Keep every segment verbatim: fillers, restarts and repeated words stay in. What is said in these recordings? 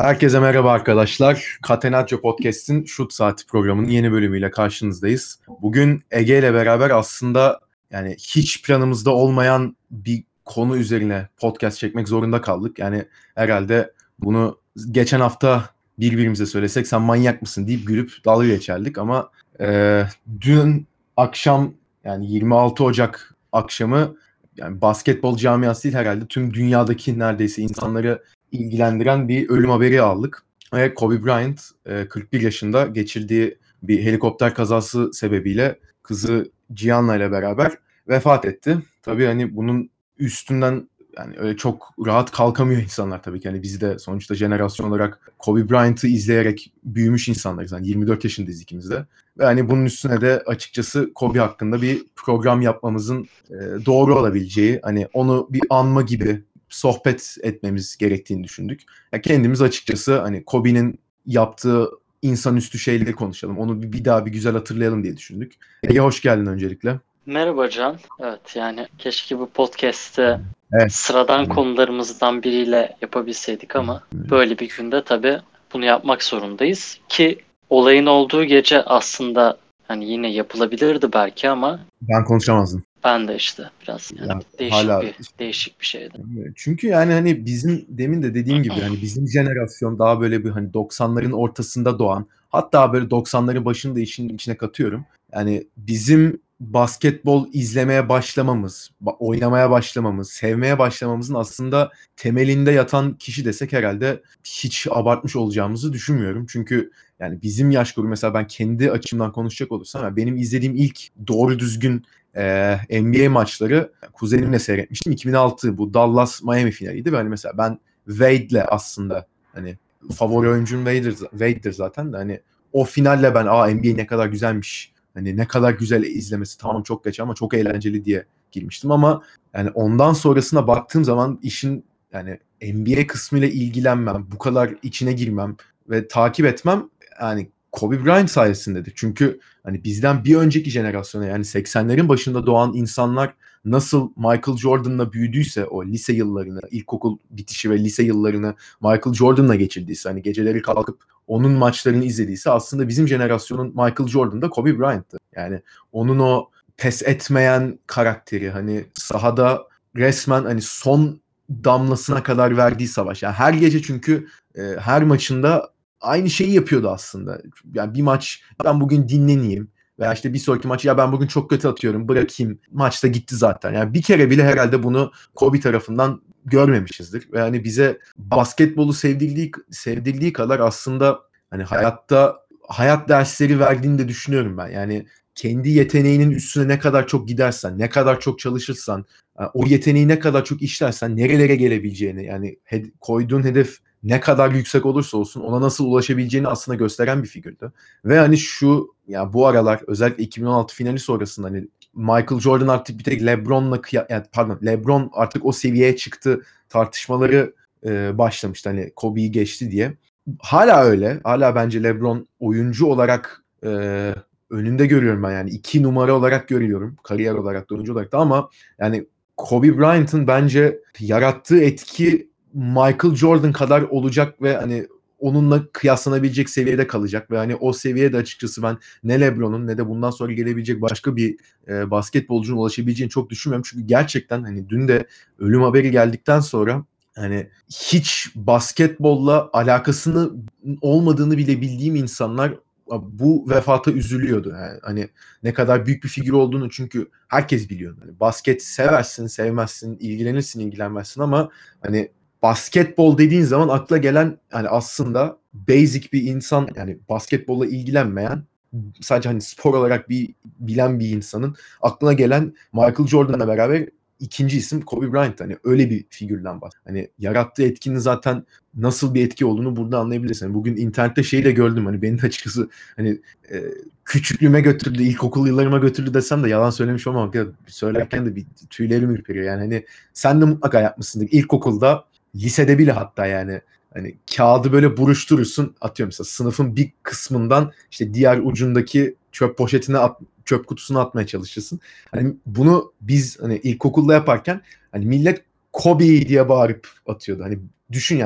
Herkese merhaba arkadaşlar. Catenaccio Podcast'in Şut Saati programının yeni bölümüyle karşınızdayız. Bugün Ege ile beraber aslında yani hiç planımızda olmayan bir konu üzerine podcast çekmek zorunda kaldık. Yani herhalde bunu geçen hafta birbirimize söylesek sen manyak mısın deyip gülüp dalga geçerdik. Ama e, dün akşam yani yirmi altı Ocak akşamı yani basketbol camiası değil herhalde tüm dünyadaki neredeyse insanları ilgilendiren bir ölüm haberi aldık. Ve Kobe Bryant kırk bir yaşında geçirdiği bir helikopter kazası sebebiyle kızı Gianna ile beraber vefat etti. Tabii hani bunun üstünden yani öyle çok rahat kalkamıyor insanlar tabii ki. Yani biz de sonuçta jenerasyon olarak Kobe Bryant'ı izleyerek büyümüş insanlarız. Yani yirmi dört yaşındayız ikimiz de. Ve hani bunun üstüne de açıkçası Kobe hakkında bir program yapmamızın e, doğru olabileceği, hani onu bir anma gibi sohbet etmemiz gerektiğini düşündük. Ya kendimiz açıkçası hani Kobe'nin yaptığı insanüstü şeyleri konuşalım. Onu bir, bir daha bir güzel hatırlayalım diye düşündük. Ege hoş geldin öncelikle. Merhaba Can. Evet yani keşke bu podcast'ı Evet. sıradan konularımızdan biriyle yapabilseydik ama böyle bir günde tabii bunu yapmak zorundayız. Ki olayın olduğu gece aslında hani yine yapılabilirdi belki ama Ben konuşamazdım. ben de işte biraz yani Ya, değişik hala bir değişik bir şeydi. çünkü yani hani bizim demin de dediğim gibi hani bizim jenerasyon daha böyle bir hani doksanların ortasında doğan, hatta böyle doksanların başını da işin içine katıyorum. Yani bizim basketbol izlemeye başlamamız, ba- oynamaya başlamamız, sevmeye başlamamızın aslında temelinde yatan kişi desek herhalde hiç abartmış olacağımızı düşünmüyorum. Çünkü yani bizim yaş grubu, mesela ben kendi açımdan konuşacak olursam yani benim izlediğim ilk doğru düzgün e, N B A maçları kuzenimle seyretmiştim. iki bin altı bu Dallas Miami finaliydi ve hani mesela ben Wade'le aslında hani favori oyuncum Wade'dir, Wade'dir zaten de hani o finalle ben aa N B A ne kadar güzelmiş. Hani ne kadar güzel izlemesi, tamam çok geç ama çok eğlenceli diye girmiştim ama yani ondan sonrasına baktığım zaman işin yani N B A kısmıyla ilgilenmem, bu kadar içine girmem ve takip etmem yani Kobe Bryant sayesindedir. Çünkü hani bizden bir önceki jenerasyona yani seksenlerin başında doğan insanlar nasıl Michael Jordan'la büyüdüyse, o lise yıllarını, ilkokul bitişi ve lise yıllarını Michael Jordan'la geçirdiyse, hani geceleri kalkıp onun maçlarını izlediyse, aslında bizim jenerasyonun Michael Jordan da Kobe Bryant'tı. Yani onun o pes etmeyen karakteri, hani sahada resmen hani son damlasına kadar verdiği savaş. Yani her gece, çünkü e, her maçında aynı şeyi yapıyordu aslında. Yani bir maç ben bugün dinleneyim veya işte bir sonraki maç ya ben bugün çok kötü atıyorum bırakayım, maçta gitti zaten. Yani bir kere bile herhalde bunu Kobe tarafından görmemişizdir. Ve hani bize basketbolu sevdirdiği, sevdirdiği kadar aslında hani hayatta hayat dersleri verdiğini de düşünüyorum ben. Yani kendi yeteneğinin üstüne ne kadar çok gidersen, ne kadar çok çalışırsan, o yeteneği ne kadar çok işlersen nerelere gelebileceğini, yani he- koyduğun hedef ne kadar yüksek olursa olsun ona nasıl ulaşabileceğini aslında gösteren bir figürdü. Ve hani şu yani bu aralar özellikle iki bin on altı finali sonrasında hani Michael Jordan artık bir tek LeBron'la kıya- yani pardon LeBron artık o seviyeye çıktı tartışmaları e, başlamıştı hani Kobe'yi geçti diye. Hala öyle. Hala bence LeBron oyuncu olarak e, önünde görüyorum ben, yani iki numara olarak görüyorum. Kariyer olarak da oyuncu olarak da, ama yani Kobe Bryant'ın bence yarattığı etki Michael Jordan kadar olacak ve hani onunla kıyaslanabilecek seviyede kalacak ve hani o seviyede açıkçası ben ne LeBron'un ne de bundan sonra gelebilecek başka bir e, basketbolcunun ulaşabileceğini çok düşünmüyorum. Çünkü gerçekten hani dün de ölüm haberi geldikten sonra hani hiç basketbolla alakasını olmadığını bile bildiğim insanlar bu vefata üzülüyordu. Yani hani ne kadar büyük bir figür olduğunu, çünkü herkes biliyor. Hani basket seversin, sevmezsin, ilgilenirsin, ilgilenmezsin, ama hani basketbol dediğin zaman akla gelen hani aslında basic bir insan, yani basketbolla ilgilenmeyen, sadece hani spor olarak bir bilen bir insanın aklına gelen Michael Jordan'la beraber ikinci isim Kobe Bryant. Hani öyle bir figürden bahsediyor. Hani yarattığı etkinin zaten nasıl bir etki olduğunu burada anlayabilirsin. Yani bugün internette şeyi de gördüm, hani benim açıkçası hani e, küçüklüğüme götürdü, ilkokul yıllarıma götürdü desem de yalan söylemiş olmamak ya, söylerken de bir tüylerim ürperiyor. Yani hani sen de mutlaka yapmışsındır. İlkokulda, lisede bile hatta, yani hani kağıdı böyle buruşturursun, atıyorum mesela sınıfın bir kısmından işte diğer ucundaki çöp poşetine at, çöp kutusuna atmaya çalışırsın. Hani bunu biz hani ilkokulda yaparken hani millet Kobe diye bağırıp atıyordu. Hani düşün yani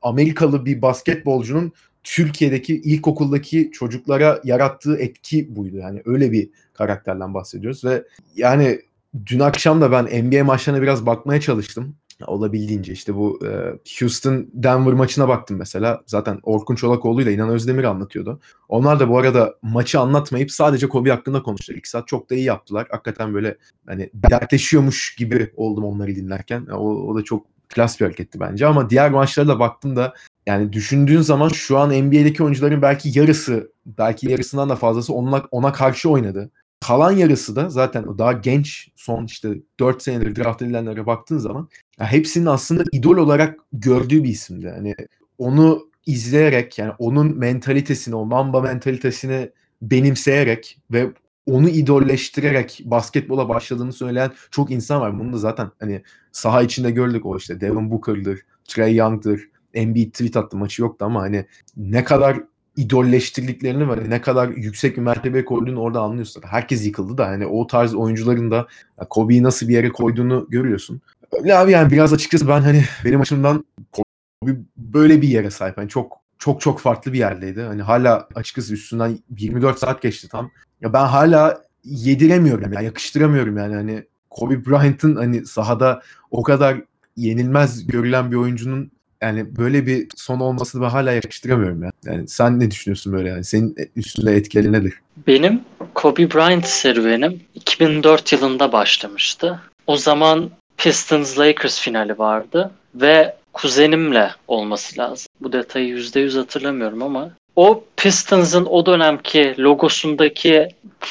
Amerikalı bir basketbolcunun Türkiye'deki ilkokuldaki çocuklara yarattığı etki buydu. Yani öyle bir karakterden bahsediyoruz ve yani dün akşam da ben N B A maçlarına biraz bakmaya çalıştım. Olabildiğince işte bu e, Houston Denver maçına baktım mesela. Zaten Orkun Çolakoğlu'yla İnan Özdemir anlatıyordu. Onlar da bu arada maçı anlatmayıp sadece Kobe hakkında konuştular. İki saat çok da iyi yaptılar. Hakikaten böyle hani dertleşiyormuş gibi oldum onları dinlerken. O, o da çok klas bir hareketti bence ama diğer maçlara da baktım da yani düşündüğün zaman şu an N B A'deki oyuncuların belki yarısı, belki yarısından da fazlası ona, ona karşı oynadı. Kalan yarısı da zaten daha genç, son işte dört senedir draft edilenlere baktığın zaman ya hepsinin aslında idol olarak gördüğü bir isimdi. Hani onu izleyerek, yani onun mentalitesini, o Mamba mentalitesini benimseyerek ve onu idolleştirerek basketbola başladığını söyleyen çok insan var. Bunu da zaten hani saha içinde gördük, o işte Devin Booker'dır, Trae Young'dır. Embiid tweet attı, maçı yoktu ama hani ne kadar idolleştirdiklerini ve ne kadar yüksek bir mertebeye koyduğunu orada anlıyorsun. Herkes yıkıldı da hani o tarz oyuncuların da Kobe'yi nasıl bir yere koyduğunu görüyorsun. Öyle abi, yani biraz açıkçası ben hani benim açımdan Kobe böyle bir yere sahip. Yani çok çok çok farklı bir yerdeydi. Hani hala açıkçası üstünden yirmi dört saat geçti tam. Ya ben hala yediremiyorum ya, yakıştıramıyorum yani hani Kobe Bryant'ın hani sahada o kadar yenilmez görülen bir oyuncunun yani böyle bir son olmasını ben hala yakıştıramıyorum ya. Yani sen ne düşünüyorsun böyle yani? Senin üstünde etkileri nedir? Benim Kobe Bryant serüvenim iki bin dört yılında başlamıştı. O zaman Pistons Lakers finali vardı ve kuzenimle olması lazım. Bu detayı yüzde yüz hatırlamıyorum ama o Pistons'ın o dönemki logosundaki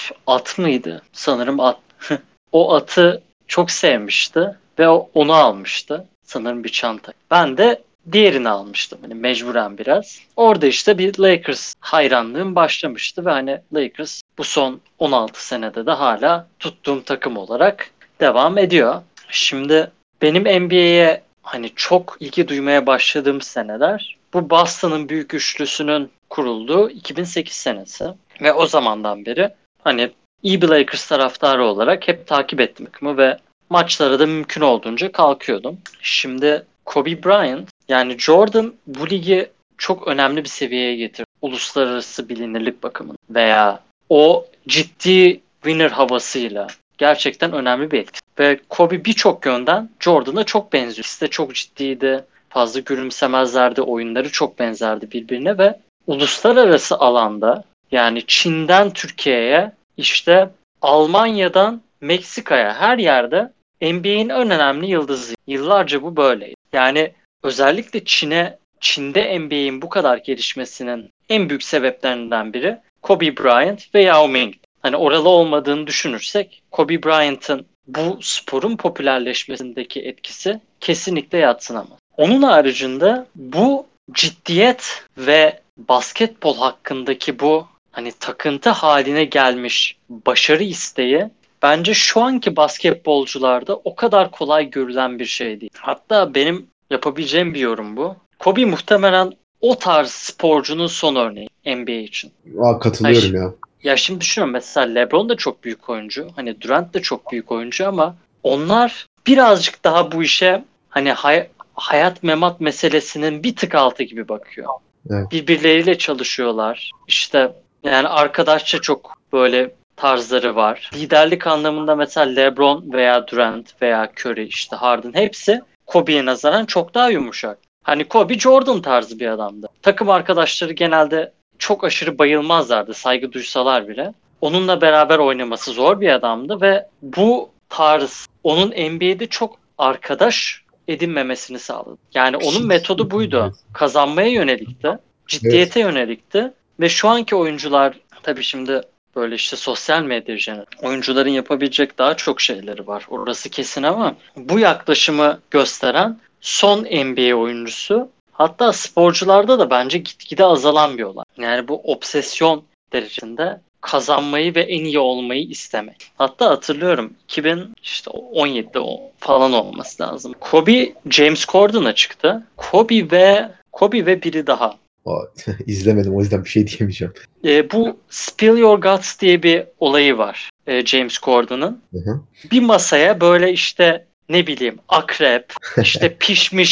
at mıydı? Sanırım at. O atı çok sevmişti ve onu almıştı. Sanırım bir çanta. Ben de diğerini almıştım. Hani mecburen biraz. Orada işte bir Lakers hayranlığım başlamıştı ve hani Lakers bu son on altı senede de hala tuttuğum takım olarak devam ediyor. Şimdi benim N B A'ye hani çok ilgi duymaya başladığım seneler bu Boston'ın büyük üçlüsünün kurulduğu iki bin sekiz senesi ve o zamandan beri hani iyi bir Lakers taraftarı olarak hep takip ettim takımı ve maçlara da mümkün olduğunca kalkıyordum. Şimdi Kobe Bryant, yani Jordan bu ligi çok önemli bir seviyeye getirdi. Uluslararası bilinirlik bakımından veya o ciddi winner havasıyla gerçekten önemli bir etki. Ve Kobe birçok yönden Jordan'a çok benziyor. İkisi de çok ciddiydi. Fazla gülümsemezlerdi. Oyunları çok benzerdi birbirine ve uluslararası alanda, yani Çin'den Türkiye'ye, işte Almanya'dan Meksika'ya, her yerde N B A'in en önemli yıldızı. Yıllarca bu böyleydi. Yani özellikle Çin'e, Çin'de N B A'in bu kadar gelişmesinin en büyük sebeplerinden biri Kobe Bryant ve Yao Ming. Hani oralı olmadığını düşünürsek Kobe Bryant'ın bu sporun popülerleşmesindeki etkisi kesinlikle yadsınamaz. Onun haricinde bu ciddiyet ve basketbol hakkındaki bu hani takıntı haline gelmiş başarı isteği bence şu anki basketbolcularda o kadar kolay görülen bir şey değil. Hatta benim yapabileceğim bir yorum bu. Kobe muhtemelen o tarz sporcunun son örneği N B A için. Aa, katılıyorum Hayır. ya. Ya şimdi düşünüyorum, mesela LeBron da çok büyük oyuncu. Hani Durant da çok büyük oyuncu ama onlar birazcık daha bu işe hani hay- hayat memat meselesinin bir tık altı gibi bakıyor. Evet. Birbirleriyle çalışıyorlar. İşte yani arkadaşça çok böyle tarzları var. Liderlik anlamında mesela LeBron veya Durant veya Curry, işte Harden, hepsi Kobe'ye nazaran çok daha yumuşak. Hani Kobe Jordan tarzı bir adamdı. Takım arkadaşları genelde çok aşırı bayılmazlardı, saygı duysalar bile. Onunla beraber oynaması zor bir adamdı ve bu tarz onun N B A'de çok arkadaş edinmemesini sağladı. Yani onun metodu buydu. Kazanmaya yönelikti, Evet. ciddiyete yönelikti ve şu anki oyuncular, tabii şimdi böyle işte sosyal medya üzerine oyuncuların yapabilecek daha çok şeyleri var. Orası kesin ama bu yaklaşımı gösteren son N B A oyuncusu, hatta sporcularda da bence gitgide azalan bir olay. Yani bu obsesyon derecesinde kazanmayı ve en iyi olmayı istemek. Hatta hatırlıyorum iki bin on yedide falan olması lazım. Kobe James Corden'a çıktı. Kobe ve Kobe ve biri daha. Aa, izlemedim, o yüzden bir şey diyemeyeceğim. E, bu Spill Your Guts diye bir olayı var e, James Corden'ın. Hı hı. Bir masaya böyle işte ne bileyim akrep, işte pişmiş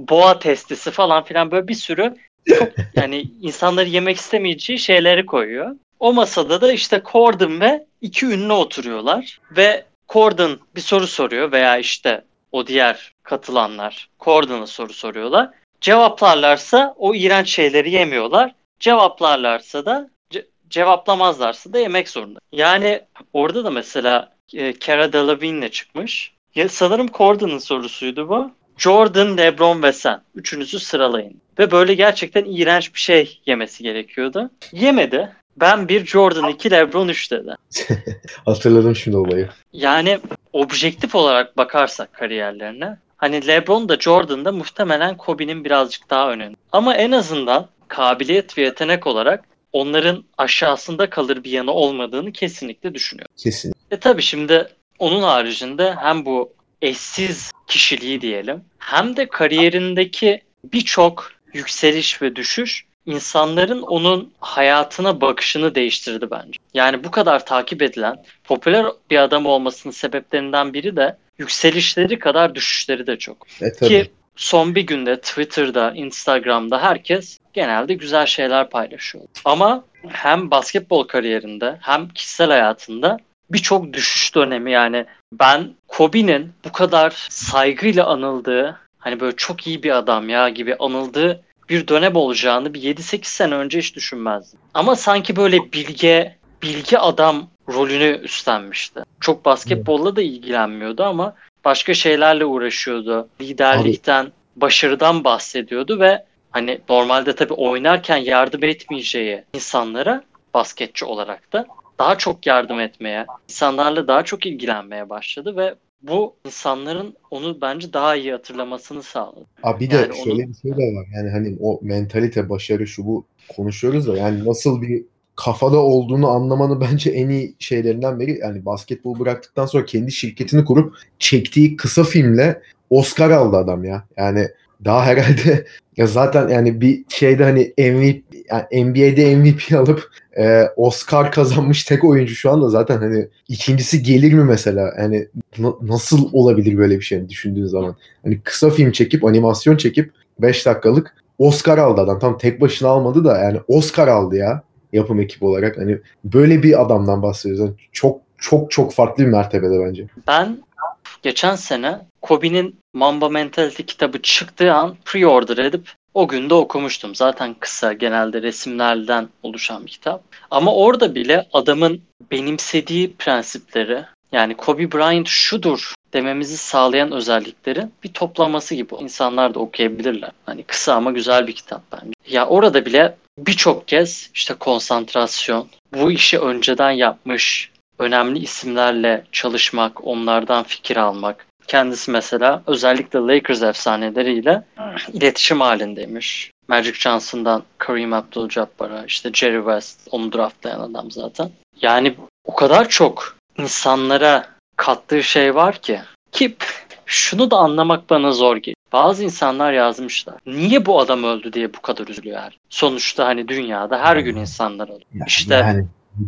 boğa testisi falan filan böyle bir sürü çok yani insanları yemek istemeyeceği şeyleri koyuyor. O masada da işte Corden ve iki ünlü oturuyorlar ve Corden bir soru soruyor veya işte o diğer katılanlar Corden'a soru soruyorlar. Cevaplarlarsa o iğrenç şeyleri yemiyorlar. Cevaplarlarsa da ce- cevaplamazlarsa da yemek zorunda. Yani orada da mesela e, Cara Delevingne'le çıkmış. Ya, sanırım Corden'ın sorusuydu bu. Jordan, LeBron ve sen. Üçünüzü sıralayın. Ve böyle gerçekten iğrenç bir şey yemesi gerekiyordu. Yemedi. Ben bir, Jordan iki, LeBron üç dedi. Hatırladım şimdi olayı. Yani objektif olarak bakarsak kariyerlerine hani LeBron da Jordan da muhtemelen Kobe'nin birazcık daha önünde. Ama en azından kabiliyet ve yetenek olarak onların aşağısında kalır bir yanı olmadığını kesinlikle düşünüyorum. Kesin. E tabii şimdi onun haricinde hem bu eşsiz kişiliği diyelim hem de kariyerindeki birçok yükseliş ve düşüş insanların onun hayatına bakışını değiştirdi bence. Yani bu kadar takip edilen, popüler bir adam olmasının sebeplerinden biri de yükselişleri kadar düşüşleri de çok. E tabii. Ki son bir günde Twitter'da, Instagram'da herkes genelde güzel şeyler paylaşıyor. Ama hem basketbol kariyerinde hem kişisel hayatında birçok düşüş dönemi yani ben Kobe'nin bu kadar saygıyla anıldığı hani böyle çok iyi bir adam ya gibi anıldığı bir dönem olacağını bir yedi sekiz sene önce hiç düşünmezdim. Ama sanki böyle bilge bilgi adam rolünü üstlenmişti. Çok basketbolla da ilgilenmiyordu ama başka şeylerle uğraşıyordu. Liderlikten, başarıdan bahsediyordu ve hani normalde tabii oynarken yardım etmeyeceği insanlara basketçi olarak da daha çok yardım etmeye, insanlarla daha çok ilgilenmeye başladı ve bu insanların onu bence daha iyi hatırlamasını sağladı. Abi bir de Yani şöyle onun bir şey de var. Yani hani o mentalite, başarı şu bu konuşuyoruz da yani nasıl bir kafada olduğunu anlamanı bence en iyi şeylerinden biri. Yani basketbol bıraktıktan sonra kendi şirketini kurup çektiği kısa filmle Oscar aldı adam ya. Yani daha herhalde ya zaten yani bir şeyde hani M V P yani N B A'de M V P alıp e, Oscar kazanmış tek oyuncu şu anda zaten hani ikincisi gelir mi mesela? Yani na- nasıl olabilir böyle bir şey düşündüğün zaman? Hani kısa film çekip animasyon çekip beş dakikalık Oscar aldı adam. Tam tek başına almadı da yani Oscar aldı ya yapım ekibi olarak. Hani böyle bir adamdan bahsediyoruz. Yani çok çok çok farklı bir mertebede bence. ben geçen sene Kobe'nin Mamba Mentality kitabı çıktığı an pre-order edip o gün de okumuştum. Zaten kısa, genelde resimlerden oluşan bir kitap. Ama orada bile adamın benimsediği prensipleri, yani Kobe Bryant şudur dememizi sağlayan özellikleri bir toplaması gibi. İnsanlar da okuyabilirler. Hani kısa ama güzel bir kitap bence. Ya orada bile birçok kez işte konsantrasyon, bu işi önceden yapmış, önemli isimlerle çalışmak, onlardan fikir almak. Kendisi mesela özellikle Lakers efsaneleriyle iletişim halindeymiş. Magic Johnson'dan Kareem Abdul-Jabbar'a, işte Jerry West, onu draftlayan adam zaten. Yani o kadar çok insanlara kattığı şey var ki. Ki şunu da anlamak bana zor geliyor. Bazı insanlar yazmışlar. Niye bu adam öldü diye bu kadar üzülüyor her. Sonuçta hani dünyada her gün insanlar ölüyor. Yani, İşte yani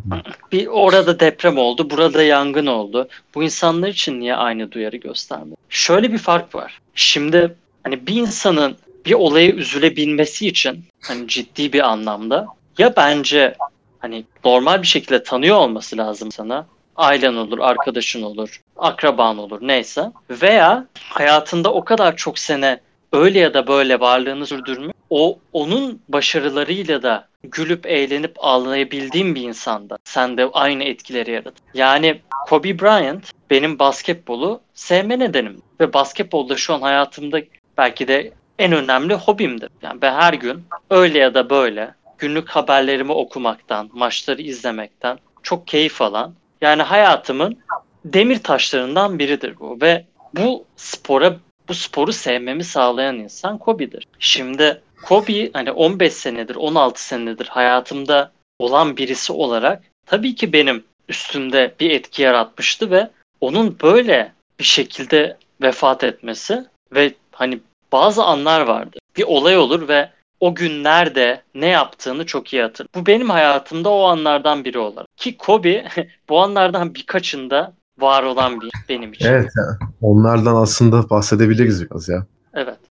bir orada deprem oldu, burada yangın oldu. Bu insanlar için niye aynı duyarı göstermiyor? Şöyle bir fark var. Şimdi hani bir insanın bir olaya üzülebilmesi için hani ciddi bir anlamda ya bence hani normal bir şekilde tanıyor olması lazım sana. Ailen olur, arkadaşın olur, akraban olur neyse. Veya hayatında o kadar çok sene öyle ya da böyle varlığını sürdürmüş. O onun başarılarıyla da gülüp eğlenip ağlayabildiğim bir insanda sen de aynı etkileri yaratır. Yani Kobe Bryant benim basketbolu sevme nedenim ve basketbolda şu an hayatımda belki de en önemli hobimdir. Yani ben her gün öyle ya da böyle günlük haberlerimi okumaktan, maçları izlemekten çok keyif alan, yani hayatımın demir taşlarından biridir bu ve bu spora bu sporu sevmemi sağlayan insan Kobe'dir. Şimdi Kobe hani on beş senedir, on altı senedir hayatımda olan birisi olarak tabii ki benim üstümde bir etki yaratmıştı ve onun böyle bir şekilde vefat etmesi ve hani bazı anlar vardı. Bir olay olur ve o gün nerede ne yaptığını çok iyi hatırlar. Bu benim hayatımda o anlardan biri olarak. Ki Kobe bu anlardan birkaçında var olan bir benim için. evet, onlardan aslında bahsedebiliriz biraz ya. Evet.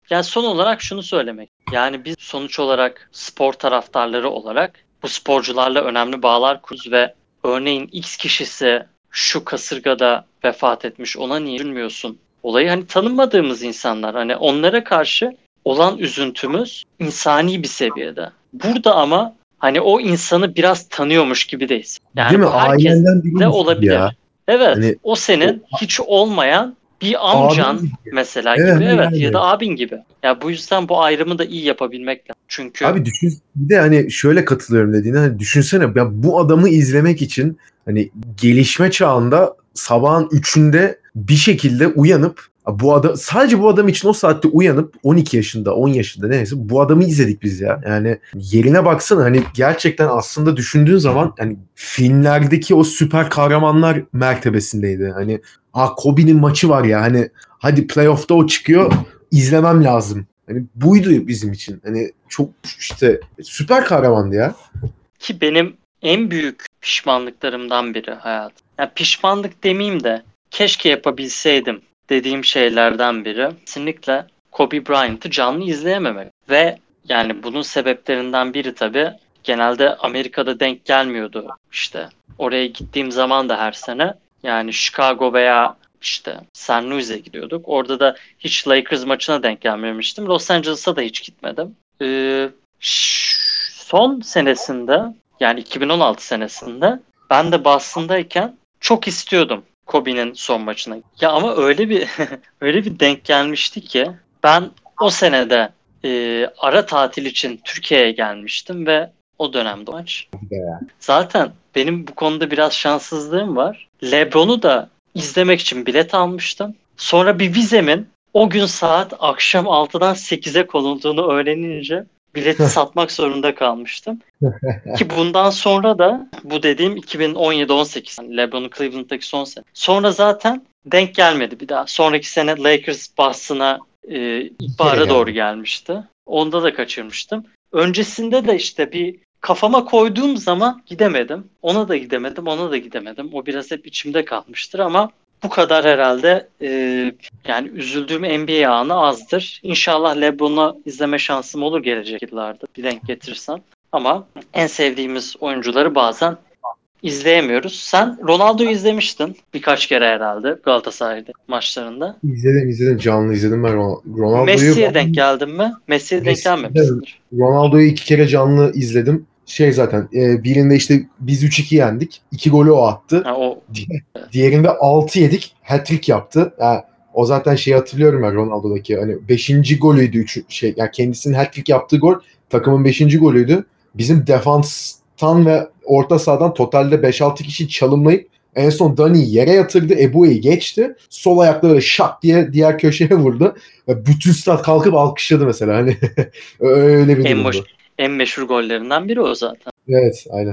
Yani son olarak şunu söylemek. Yani biz sonuç olarak spor taraftarları olarak bu sporcularla önemli bağlar kuruz ve örneğin X kişisi şu kasırgada vefat etmiş, ona niye üzülmüyorsun? Olayı hani tanımadığımız insanlar, hani onlara karşı olan üzüntümüz insani bir seviyede. Burada ama hani o insanı biraz tanıyormuş gibideyiz. Yani Değil mi? bu herkes Ailenden de biriymiş gibi ya. olabilir. Evet, Hani o senin hiç olmayan bir abin amcan gibi. mesela Evet gibi, evet, ya yani. da abin gibi. Ya bu yüzden bu ayrımı da iyi yapabilmek lazım. Çünkü Abi düşün, bir de hani şöyle katılıyorum dediğine, hani düşünsene ya, bu adamı izlemek için hani gelişme çağında sabahın üçünde bir şekilde uyanıp bu adam, sadece bu adam için o saatte uyanıp on iki yaşında on yaşında neyse bu adamı izledik biz ya. Yani yerine baksana, hani gerçekten aslında düşündüğün zaman hani filmlerdeki o süper kahramanlar mertebesindeydi. Hani ah, Kobe'nin maçı var ya, hani hadi playoff'ta o çıkıyor, izlemem lazım. Hani buydu bizim için. Hani çok işte süper kahramandı ya. ki benim en büyük pişmanlıklarımdan biri hayat. Yani pişmanlık demeyeyim de keşke yapabilseydim dediğim şeylerden biri kesinlikle Kobe Bryant'ı canlı izleyememek. Ve yani bunun sebeplerinden biri tabii genelde Amerika'da denk gelmiyordu işte. Oraya gittiğim zaman da her sene yani Chicago veya işte Saint Louis'e gidiyorduk. Orada da hiç Lakers maçına denk gelmemiştim. Los Angeles'a da hiç gitmedim. Ee, ş- son senesinde yani iki bin on altı senesinde ben de Boston'dayken çok istiyordum Kobe'nin son maçına. Ya ama öyle bir öyle bir denk gelmişti ki ben o senede e, ara tatil için Türkiye'ye gelmiştim ve o dönemde o maç. Zaten benim bu konuda biraz şanssızlığım var. LeBron'u da izlemek için bilet almıştım. Sonra bir vizemin o gün saat akşam altıdan sekize konulduğunu öğrenince bileti satmak zorunda kalmıştım. Ki bundan sonra da bu dediğim iki bin on yedi on sekiz, yani LeBron'un Cleveland'daki son sene. Sonra zaten denk gelmedi bir daha. Sonraki sene Lakers Boston'a e, Bir kere ilkbahara doğru geldi. gelmişti. Onda da kaçırmıştım. Öncesinde de işte bir kafama koyduğum zaman gidemedim. Ona da gidemedim, ona da gidemedim. O biraz hep içimde kalmıştır ama bu kadar herhalde e, yani üzüldüğüm N B A anı azdır. İnşallah LeBron'u izleme şansım olur gelecek yıllarda bir denk getirirsem. Ama en sevdiğimiz oyuncuları bazen izleyemiyoruz. Sen Ronaldo'yu izlemiştin birkaç kere herhalde Galatasaray'da maçlarında. İzledim izledim canlı izledim ben Ron- Ronaldo'yu Messi'ye denk ben geldin mi? Messi'ye denk Messi'den gelmemişsindir. Ronaldo'yu iki kere canlı izledim. Şey zaten e, birinde işte biz üç iki yendik. iki golü o attı. Ha, o Di- Diğerinde altı yedik. Hat-trick yaptı. Yani o zaten şeyi hatırlıyorum ben Ronaldo'daki. Hani beşinci golüydü. Üç, şey, yani kendisinin hat-trick yaptığı gol takımın beşinci golüydü. Bizim defanstan ve orta sahadan totalde beş altı kişi çalımlayıp en son Dani'yi yere yatırdı. Ebu'yu geçti. Sol ayakla böyle şak diye diğer köşeye vurdu. Ve bütün stat kalkıp alkışladı mesela. Hani öyle bir en boş, durumdu. en meşhur gollerinden biri o zaten. Evet, aynen.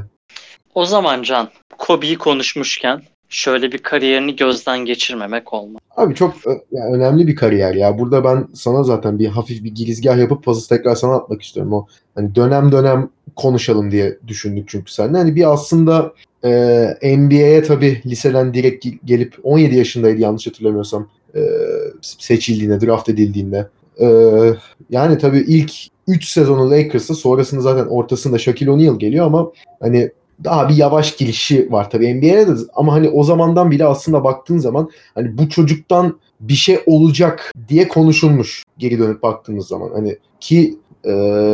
O zaman Can, Kobe'yi konuşmuşken şöyle bir kariyerini gözden geçirmemek olmaz. Abi çok ö- yani önemli bir kariyer ya. Burada ben sana zaten bir hafif bir girizgah yapıp pası tekrar sana atmak istiyorum. O hani dönem dönem konuşalım diye düşündük çünkü seninle. Hani bir aslında e, N B A'ye tabii liseden direkt gel- gelip on yedi yaşındaydı yanlış hatırlamıyorsam e, seçildiğinde, draft edildiğinde. E, Yani tabii ilk üç sezonu Lakers'ta, sonrasında zaten ortasında Shaquille O'Neal geliyor ama hani daha bir yavaş girişi var tabii N B A'ye de, ama hani o zamandan bile aslında baktığın zaman hani bu çocuktan bir şey olacak diye konuşulmuş geri dönüp baktığımız zaman. Hani ki e,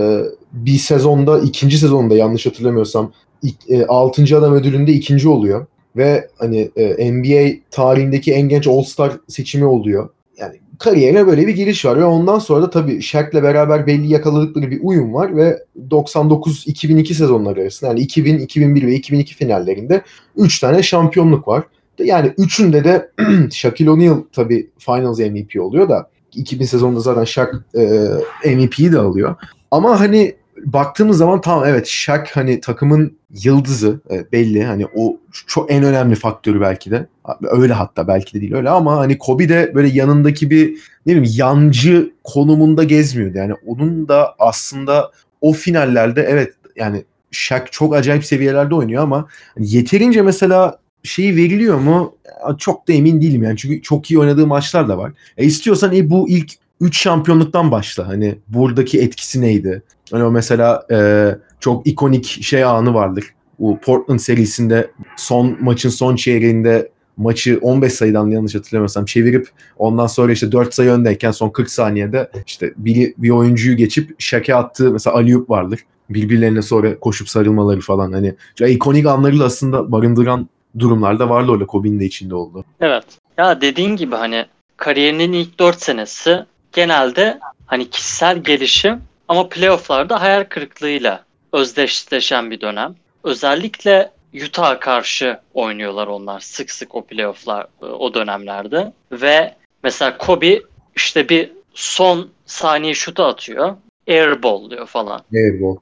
bir sezonda, ikinci sezonda yanlış hatırlamıyorsam ilk, e, altıncı adam ödülünde ikinci oluyor ve hani e, N B A tarihindeki en genç All-Star seçimi oluyor. Yani kariyerine böyle bir giriş var ve ondan sonra da tabii Shaq'le beraber belli yakaladıkları bir uyum var ve doksan dokuz iki bin iki sezonları arasında, yani iki bin, iki bin bir ve iki bin iki finallerinde üç tane şampiyonluk var. Yani üçünde de Shaquille O'Neal tabii Finals M V P oluyor da iki bin sezonunda zaten Shaq e, M V P'yi de alıyor. Ama hani baktığımız zaman tamam, evet, Shaq hani takımın yıldızı, evet, belli, hani o çok en önemli faktörü belki de. Öyle, hatta belki de değil öyle, ama hani Kobe de böyle yanındaki bir, ne bileyim, yancı konumunda gezmiyordu. Yani onun da aslında o finallerde, evet, yani Shaq çok acayip seviyelerde oynuyor ama hani yeterince mesela şeyi veriliyor mu? Çok da emin değilim yani. Çünkü çok iyi oynadığı maçlar da var. E istiyorsan e, bu ilk üç şampiyonluktan başla. Hani buradaki etkisi neydi? Hani o mesela e, çok ikonik şey anı vardır. Bu Portland serisinde son maçın son çeyreğinde maçı on beş sayıdan yanlış hatırlamıyorsam çevirip ondan sonra işte dört sayı öndeyken son kırk saniyede işte bir, bir oyuncuyu geçip şake attığı mesela alley-oop vardır. Birbirlerine sonra koşup sarılmaları falan. Hani ikonik anları aslında barındıran durumlarda vardı öyle. Kobe'nin de içinde oldu. Evet. Ya dediğin gibi hani kariyerinin ilk dört senesi genelde hani kişisel gelişim ama playoff'larda hayal kırıklığıyla özdeşleşen bir dönem. Özellikle Utah'a karşı oynuyorlar onlar sık sık o playoff'lar o dönemlerde. Ve mesela Kobe işte bir son saniye şutu atıyor. Airball diyor falan. Airball.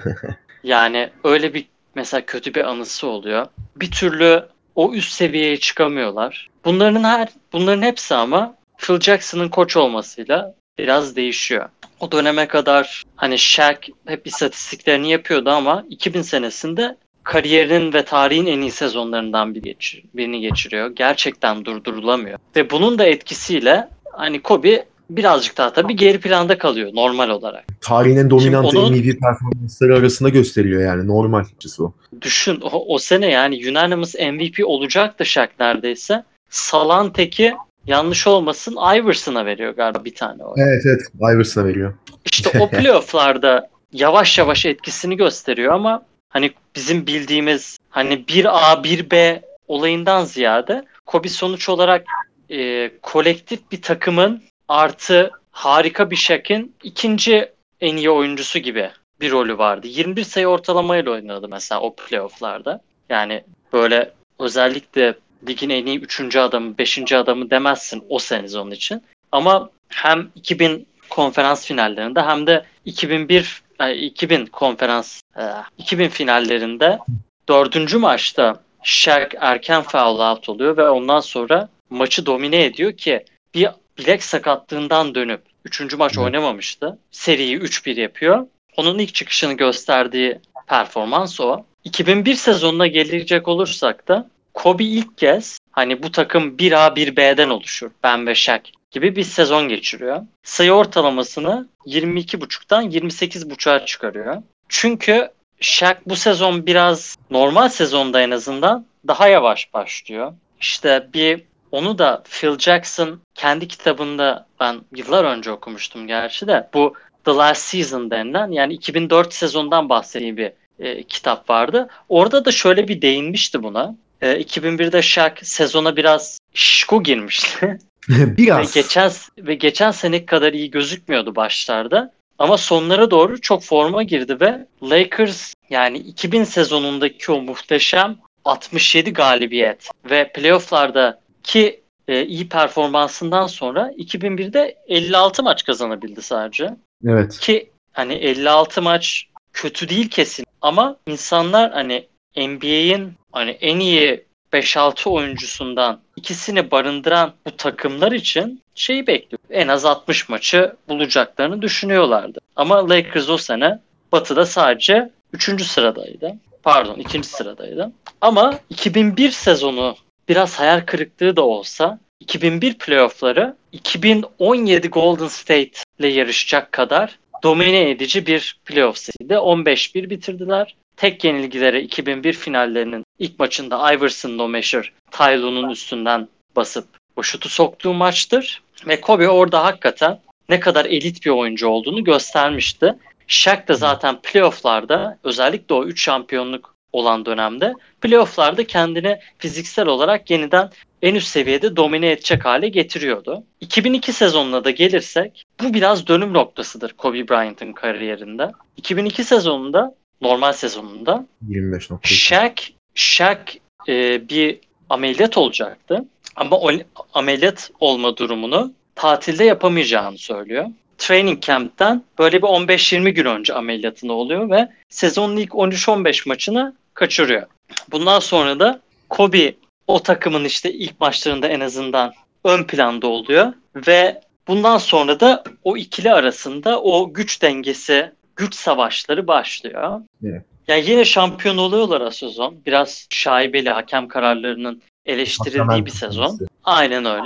Yani öyle bir mesela kötü bir anısı oluyor. Bir türlü o üst seviyeye çıkamıyorlar. Bunların her bunların hepsi ama Phil Jackson'ın koç olmasıyla biraz değişiyor. O döneme kadar hani Shaq hep istatistiklerini yapıyordu ama iki bin senesinde kariyerinin ve tarihin en iyi sezonlarından biri geçir, birini geçiriyor. Gerçekten durdurulamıyor. Ve bunun da etkisiyle hani Kobe birazcık daha tabii geri planda kalıyor normal olarak. Tarihin en dominant onun- M V P performansları arasında gösteriliyor yani. Normal açısı o. Düşün o, o sene yani unanimous M V P olacaktı Shaq neredeyse. Salan teki yanlış olmasın Iverson'a veriyor galiba bir tane o. Evet evet. Iverson'a veriyor. İşte o playoff'larda yavaş yavaş etkisini gösteriyor ama hani bizim bildiğimiz hani bir A bir B olayından ziyade Kobe sonuç olarak e, kolektif bir takımın artı harika bir Shaq'in ikinci en iyi oyuncusu gibi bir rolü vardı. yirmi bir sayı ortalamayla oynadı mesela o playoff'larda. Yani böyle özellikle ligin en iyi üçüncü adamı, beşinci adamı demezsin o sezon için. Ama hem iki bin konferans finallerinde hem de iki bin bir iki bin konferans iki bin finallerinde dördüncü maçta Shaq erken foul out oluyor ve ondan sonra maçı domine ediyor ki bir bilek sakatlığından dönüp üçüncü maç Evet. oynamamıştı. Seriyi üç bir yapıyor. Onun ilk çıkışını gösterdiği performans o. iki bin bir sezonuna gelecek olursak da Kobe ilk kez hani bu takım bir A bir B'den oluşur. Ben ve Shaq gibi bir sezon geçiriyor. Sayı ortalamasını yirmi iki buçuktan yirmi sekiz buçuğa çıkarıyor. Çünkü Shaq bu sezon biraz normal sezonda en azından daha yavaş başlıyor. İşte bir onu da Phil Jackson kendi kitabında ben yıllar önce okumuştum gerçi de bu The Last Season denilen yani iki bin dört sezondan bahsettiği bir e, kitap vardı. Orada da şöyle bir değinmişti buna. E, iki bin birde Shaq sezona biraz şişko girmişti. Biraz. Ve geçen ve geçen seneki kadar iyi gözükmüyordu başlarda. Ama sonlara doğru çok forma girdi ve Lakers yani iki bin sezonundaki o muhteşem altmış yedi galibiyet ve playoff'lardaki e, iyi performansından sonra iki bin birde elli altı maç kazanabildi sadece. Evet. Ki hani elli altı maç kötü değil kesin ama insanlar hani N B A'in hani en iyi beş altı oyuncusundan ikisini barındıran bu takımlar için şeyi bekliyor. En az altmış maçı bulacaklarını düşünüyorlardı. Ama Lakers o sene Batı'da sadece üçüncü sıradaydı. Pardon ikinci sıradaydı. Ama iki bin bir sezonu biraz hayal kırıklığı da olsa iki bin bir playoff'ları iki bin on yedi Golden State ile yarışacak kadar domine edici bir playoff seriydi. on beş bir bitirdiler. Tek yenilgileri iki bin bir finallerinin ilk maçında Iverson'ın o meşhur Ty Lue'nun üstünden basıp o şutu soktuğu maçtır. Ve Kobe orada hakikaten ne kadar elit bir oyuncu olduğunu göstermişti. Shaq da zaten playoff'larda özellikle o üç şampiyonluk olan dönemde playoff'larda kendini fiziksel olarak yeniden en üst seviyede domine edecek hale getiriyordu. iki bin iki sezonuna da gelirsek bu biraz dönüm noktasıdır Kobe Bryant'ın kariyerinde. iki bin iki sezonunda normal sezonunda yirmi beş nokta iki. Shaq, Shaq e, bir ameliyat olacaktı. Ama o ameliyat olma durumunu tatilde yapamayacağını söylüyor. Training camp'ten böyle bir on beş yirmi gün önce ameliyatını oluyor ve sezonun ilk on üç on beş maçını kaçırıyor. Bundan sonra da Kobe o takımın işte ilk maçlarında en azından ön planda oluyor ve bundan sonra da o ikili arasında o güç dengesi, güç savaşları başlıyor. Evet. Yani yine şampiyon oluyorlar o sezon. Biraz şaibeli hakem kararlarının eleştirildiği bir sezon. Aynen öyle.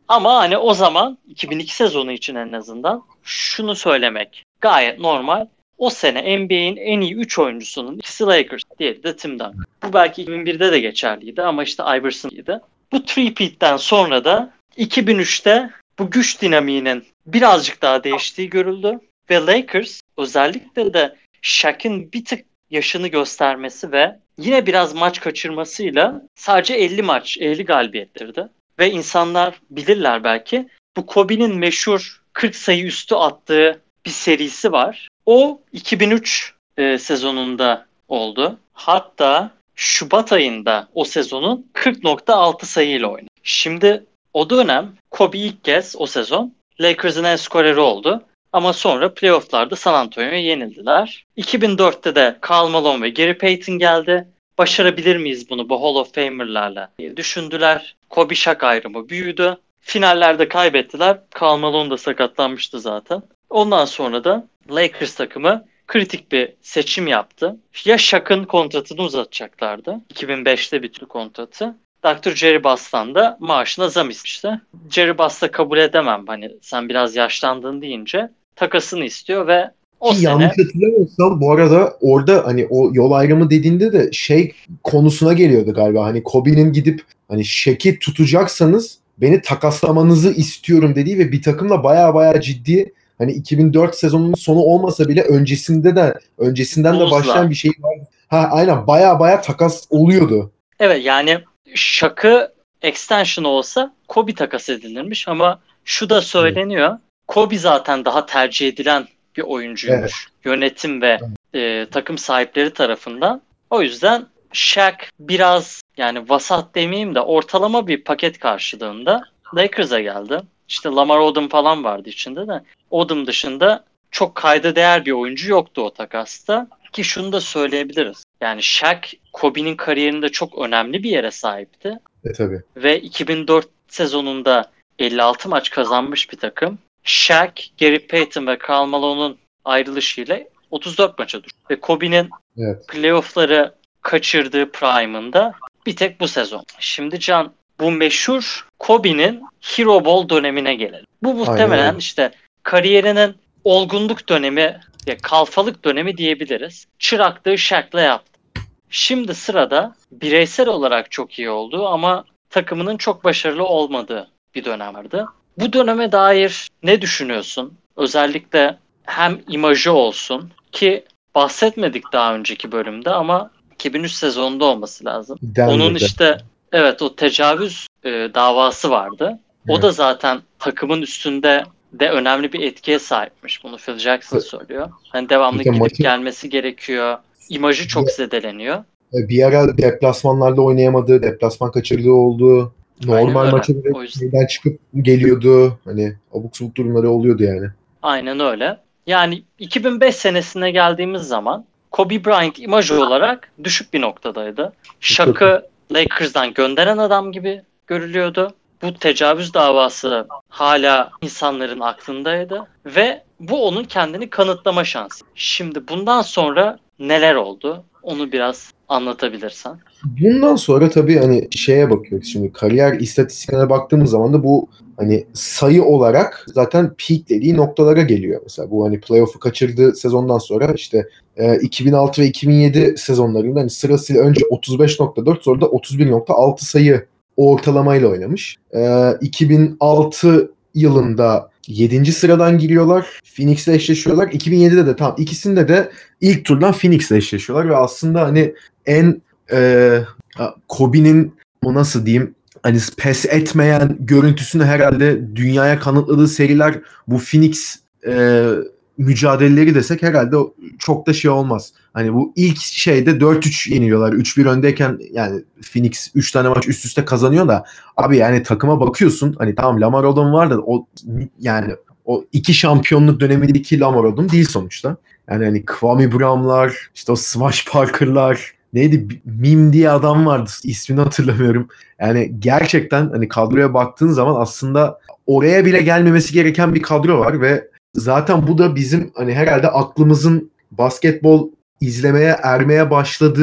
Ama hani o zaman iki bin iki sezonu için en azından şunu söylemek gayet normal. O sene N B A'in en iyi üç oyuncusunun ikisi Lakers, diğeri de Tim Duncan. Bu belki iki bin birde de geçerliydi ama işte Iverson'ydı. Bu three-peat'ten sonra da iki bin üçte bu güç dinamiğinin birazcık daha değiştiği görüldü. Ve Lakers özellikle de Shaq'in bir tık yaşını göstermesi ve yine biraz maç kaçırmasıyla sadece elli maç, elli galibiyettirdi. Ve insanlar bilirler belki, bu Kobe'nin meşhur kırk sayı üstü attığı bir serisi var. O iki bin üç e, sezonunda oldu. Hatta Şubat ayında o sezonun kırk nokta altı sayıyla oynadı. Şimdi o dönem Kobe ilk kez o sezon Lakers'ın en skoreri oldu. Ama sonra playoff'larda San Antonio'ya yenildiler. iki bin dörtte de Karl Malone ve Gary Payton geldi. Başarabilir miyiz bunu bu Hall of Famer'larla diye düşündüler. Kobe Shaq ayrımı büyüdü. Finallerde kaybettiler. Karl Malone da sakatlanmıştı zaten. Ondan sonra da Lakers takımı kritik bir seçim yaptı. Ya Shaq'ın kontratını uzatacaklardı. iki bin beşte bitti kontratı. doktor Jerry Buss'tan da maaşına zam istemişti. Jerry Buss da kabul edemem, hani sen biraz yaşlandın deyince takasını istiyor ve o Ki sene... yanlış hatırlamıyorsam bu arada orada hani o yol ayrımı dediğinde de şey konusuna geliyordu galiba. Hani Kobe'nin gidip hani Shaq'i tutacaksanız beni takaslamanızı istiyorum dediği ve bir takımla baya baya ciddi, hani iki bin dört sezonunun sonu olmasa bile öncesinde de öncesinden de başlayan bir şey var. Ha aynen, baya baya takas oluyordu. Evet, yani Shaq'ı extension olsa Kobe takas edilirmiş ama şu da söyleniyor. Evet. Kobe zaten daha tercih edilen bir oyuncuymuş. Evet. Yönetim ve e, takım sahipleri tarafından. O yüzden Shaq biraz, yani vasat demeyeyim de ortalama bir paket karşılığında Lakers'a geldi. İşte Lamar Odom falan vardı içinde de. Odom dışında çok kayda değer bir oyuncu yoktu o takasta. Ki şunu da söyleyebiliriz. Yani Shaq, Kobe'nin kariyerinde çok önemli bir yere sahipti. E tabii. Ve iki bin dört sezonunda elli altı maç kazanmış bir takım. Shaq, Gary Payton ve Karl Malone'un ayrılışıyla otuz dört maça düştü. Ve Kobe'nin evet. playoff'ları kaçırdığı prime'ında bir tek bu sezon. Şimdi Can, bu meşhur Kobe'nin Hero Ball dönemine gelelim. Bu muhtemelen Aynen. işte kariyerinin olgunluk dönemi, ya kalfalık dönemi diyebiliriz. Çıraklığı Shaq'la yaptı. Şimdi sırada bireysel olarak çok iyi olduğu ama takımının çok başarılı olmadığı bir dönem vardı. Bu döneme dair ne düşünüyorsun? Özellikle hem imajı olsun ki bahsetmedik daha önceki bölümde ama iki bin üç sezonunda olması lazım. Denver'de. Onun işte evet o tecavüz e, davası vardı. O evet. da zaten takımın üstünde de önemli bir etkiye sahipmiş. Bunu Phil Jackson söylüyor. Hani devamlı Peki, gidip maçı... gelmesi gerekiyor. İmajı çok zedeleniyor. Bir ara deplasmanlarda oynayamadığı, deplasman kaçırdığı oldu. Normal maça neden çıkıp geliyordu. Hani abuk subuk durumları oluyordu yani. Aynen öyle. Yani iki bin beş senesine geldiğimiz zaman Kobe Bryant imajı olarak düşük bir noktadaydı. Shaq'ı Lakers'dan gönderen adam gibi görülüyordu. Bu tecavüz davası hala insanların aklındaydı ve bu onun kendini kanıtlama şansı. Şimdi bundan sonra neler oldu? Onu biraz anlatabilirsen. Bundan sonra tabii hani şeye bakıyoruz şimdi, kariyer istatistiklerine baktığımız zaman da bu hani sayı olarak zaten peaklediği noktalara geliyor. Mesela bu hani playoff'u kaçırdığı sezondan sonra işte e, iki bin altı ve iki bin yedi sezonlarında hani sırasıyla önce otuz beş nokta dört sonra da otuz bir nokta altı sayı ortalamayla oynamış. E, iki bin altı yılında yedinci sıradan giriyorlar. Phoenix'le eşleşiyorlar. iki bin yedide de tam ikisinde de ilk turdan Phoenix'le eşleşiyorlar ve aslında hani en e, Kobe'nin o nasıl diyeyim hani pes etmeyen görüntüsünü herhalde dünyaya kanıtladığı seriler bu Phoenix e, mücadeleleri desek herhalde çok da şey olmaz. Hani bu ilk şeyde dört üç yeniliyorlar. üç bir öndeyken yani Phoenix üç tane maç üst üste kazanıyor da abi yani takıma bakıyorsun hani tamam Lamar Odom var da o yani o iki şampiyonluk dönemindeki Lamar Odom değil sonuçta. Yani hani Kwame Brown'lar, işte o Smash Parker'lar, neydi Mim diye adam vardı, ismini hatırlamıyorum. Yani gerçekten hani kadroya baktığın zaman aslında oraya bile gelmemesi gereken bir kadro var ve zaten bu da bizim hani herhalde aklımızın basketbol izlemeye ermeye başladığı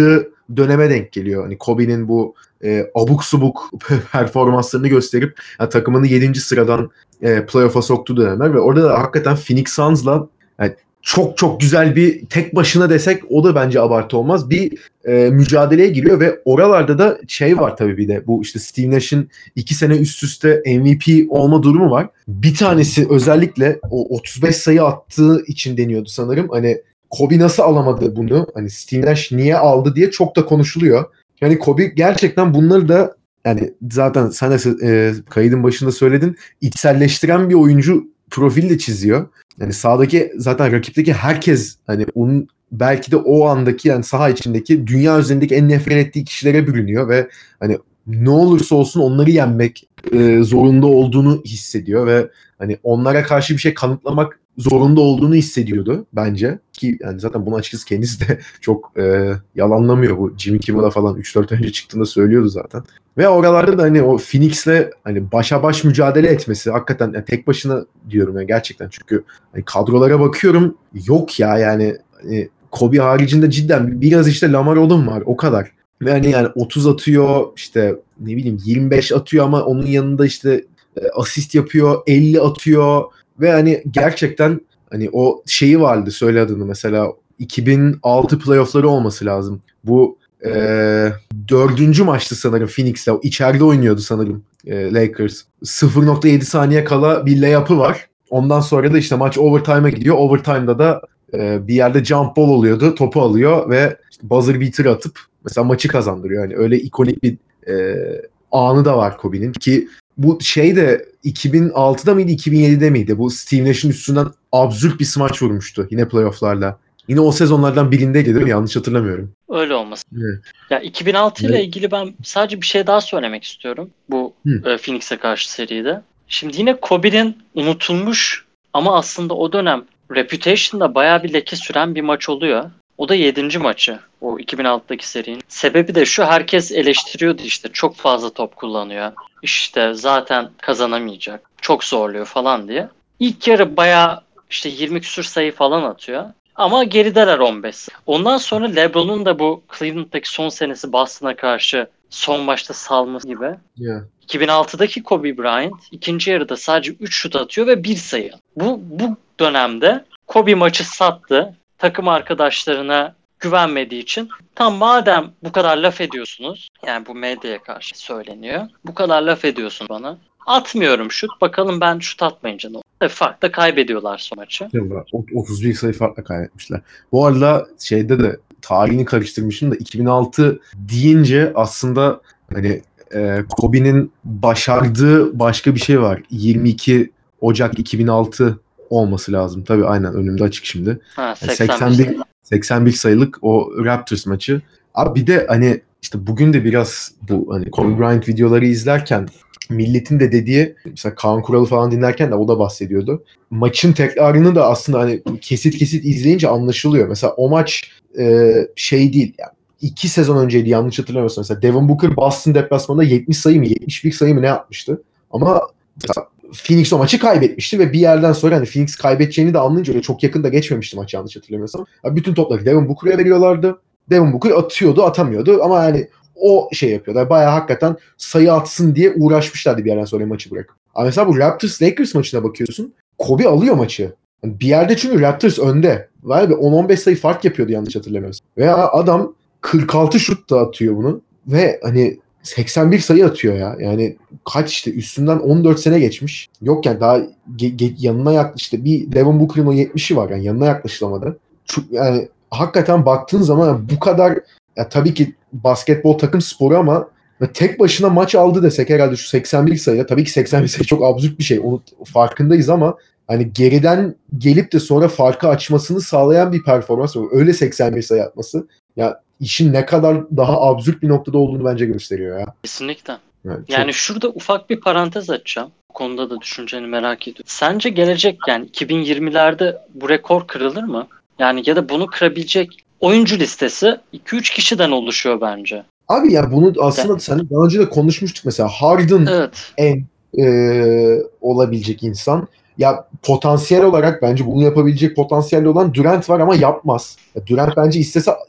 döneme denk geliyor. Hani Kobe'nin bu e, abuk subuk performanslarını gösterip yani takımını yedinci sıradan e, playoff'a soktuğu dönemler ve orada da hakikaten Phoenix Suns'la yani çok çok güzel bir tek başına desek o da bence abartı olmaz. Bir e, mücadeleye giriyor ve oralarda da şey var tabii bir de bu işte Steve Nash'in iki sene üst üste M V P olma durumu var. Bir tanesi özellikle o otuz beş sayı attığı için deniyordu sanırım. Hani Kobe nasıl alamadı bunu? Hani Steve Nash niye aldı diye çok da konuşuluyor. Yani Kobe gerçekten bunları da yani zaten sen de e, kaydın başında söyledin içselleştiren bir oyuncu profili de çiziyor. Yani sahadaki zaten rakipteki herkes hani onun belki de o andaki yani saha içindeki dünya üzerindeki en nefret ettiği kişilere bürünüyor ve hani ne olursa olsun onları yenmek e, zorunda olduğunu hissediyor ve hani onlara karşı bir şey kanıtlamak zorunda olduğunu hissediyordu bence ki yani zaten bunu açıkçası kendisi de çok e, yalanlamıyor bu Jimmy Kimmel'a falan üç dört önce çıktığında söylüyordu zaten. Ve oralarda da hani o Phoenix'le hani başa baş mücadele etmesi hakikaten yani tek başına diyorum ya gerçekten çünkü hani kadrolara bakıyorum yok ya yani hani Kobe haricinde cidden biraz işte Lamar Odom var o kadar. Ve hani yani otuz atıyor işte ne bileyim yirmi beş atıyor ama onun yanında işte e, asist yapıyor elli atıyor ve hani gerçekten hani o şeyi vardı söyle adını mesela iki bin altı playoff'ları olması lazım. Bu e, dördüncü maçtı sanırım Phoenix'te. İçeride oynuyordu sanırım e, Lakers. sıfır nokta yedi saniye kala bir layup'ı var. Ondan sonra da işte maç overtime'a gidiyor. Overtime'da da e, bir yerde jump ball oluyordu. Topu alıyor ve işte buzzer beater atıp mesela maçı kazandırıyor. Yani öyle ikonik bir e, anı da var Kobe'nin ki bu şey de iki bin altıda mıydı iki bin yedide miydi? Bu Steve Nash'in üstünden absürt bir smaç vurmuştu yine playoff'larla. Yine o sezonlardan birindeydi değil mi? Yanlış hatırlamıyorum. Öyle olması. Evet. Ya iki bin altı ile Evet. ilgili ben sadece bir şey daha söylemek istiyorum bu Hı. e, Phoenix'e karşı seride. Şimdi yine Kobe'nin unutulmuş ama aslında o dönem Reputation'da bayağı bir leke süren bir maç oluyor. O da yedinci maçı o iki bin altıdaki serinin. Sebebi de şu herkes eleştiriyordu işte çok fazla top kullanıyor. İşte zaten kazanamayacak. Çok zorluyor falan diye. İlk yarı bayağı işte yirmi küsür sayı falan atıyor. Ama gerideler on beş. Ondan sonra LeBron'un da bu Cleveland'daki son senesi Boston'a karşı son maçta salması gibi. Yeah. iki bin altıdaki Kobe Bryant ikinci yarıda sadece üç şut atıyor ve bir sayı. Bu bu dönemde Kobe maçı sattı. Takım arkadaşlarına güvenmediği için tam madem bu kadar laf ediyorsunuz yani bu medyaya karşı söyleniyor. Bu kadar laf ediyorsun bana. Atmıyorum şut. Bakalım ben şut atmayınca ne olur. Tabii farkla kaybediyorlar son maçı. otuz bir sayı farkla kaybetmişler. Bu arada şeyde de tarihini karıştırmışım da iki bin altı deyince aslında hani e, Kobe'nin başardığı başka bir şey var. yirmi iki Ocak iki bin altı olması lazım. Tabii aynen önümde açık şimdi. Ha, Yani seksen bir. seksen bir sayılık o Raptors maçı. Abi bir de hani işte bugün de biraz bu hani Kobe Bryant videoları izlerken milletin de dediği mesela Kaan Kural'ı falan dinlerken de o da bahsediyordu. Maçın tekrarını da aslında hani kesit kesit izleyince anlaşılıyor. Mesela o maç e, şey değil yani iki sezon önceydi yanlış hatırlamıyorsam. Mesela Devin Booker Boston deplasmanında yetmiş sayı mı yetmiş bir sayı mı ne yapmıştı? Ama Phoenix o maçı kaybetmişti ve bir yerden sonra hani Phoenix kaybedeceğini de anlayınca öyle çok yakında geçmemişti maç yanlış hatırlamıyorsam. Yani bütün topları Devin Booker'a veriyorlardı. Devin Booker atıyordu atamıyordu ama yani o şey yapıyorlar. Bayağı hakikaten sayı atsın diye uğraşmışlardı bir yerden sonra maçı bırakıp. Ama mesela bu Raptors-Lakers maçına bakıyorsun. Kobe alıyor maçı. Yani bir yerde çünkü Raptors önde. Vay be on on beş sayı fark yapıyordu yanlış hatırlamıyorsam. Veya adam kırk altı şut da atıyor bunu. Ve hani seksen bir sayı atıyor ya. Yani kaç işte üstünden on dört sene geçmiş. Yok yani daha ge- ge- yanına yaklaştı. Bir Devin Booker'ın o yetmişi var yani yanına yaklaşılamadı. Çok, yani hakikaten baktığın zaman bu kadar ya tabii ki basketbol takım sporu ama tek başına maç aldı desek herhalde şu seksen bir sayıda tabii ki seksen bir sayı çok absürt bir şey. Onun farkındayız ama hani geriden gelip de sonra farkı açmasını sağlayan bir performans var. Öyle seksen bir sayı atması. Ya işin ne kadar daha absürt bir noktada olduğunu bence gösteriyor ya. Kesinlikle. Yani, çok... yani şurada ufak bir parantez açacağım. Bu konuda da düşünceni merak ediyorum. Sence gelecek yani iki bin yirmilerde bu rekor kırılır mı? Yani ya da bunu kırabilecek oyuncu listesi iki üç kişiden oluşuyor bence. Abi ya bunu aslında yani, sen daha önce de konuşmuştuk mesela. Harden evet. en e, olabilecek insan. Ya potansiyel olarak bence bunu yapabilecek potansiyelli olan Durant var ama yapmaz. Ya Durant bence istese ya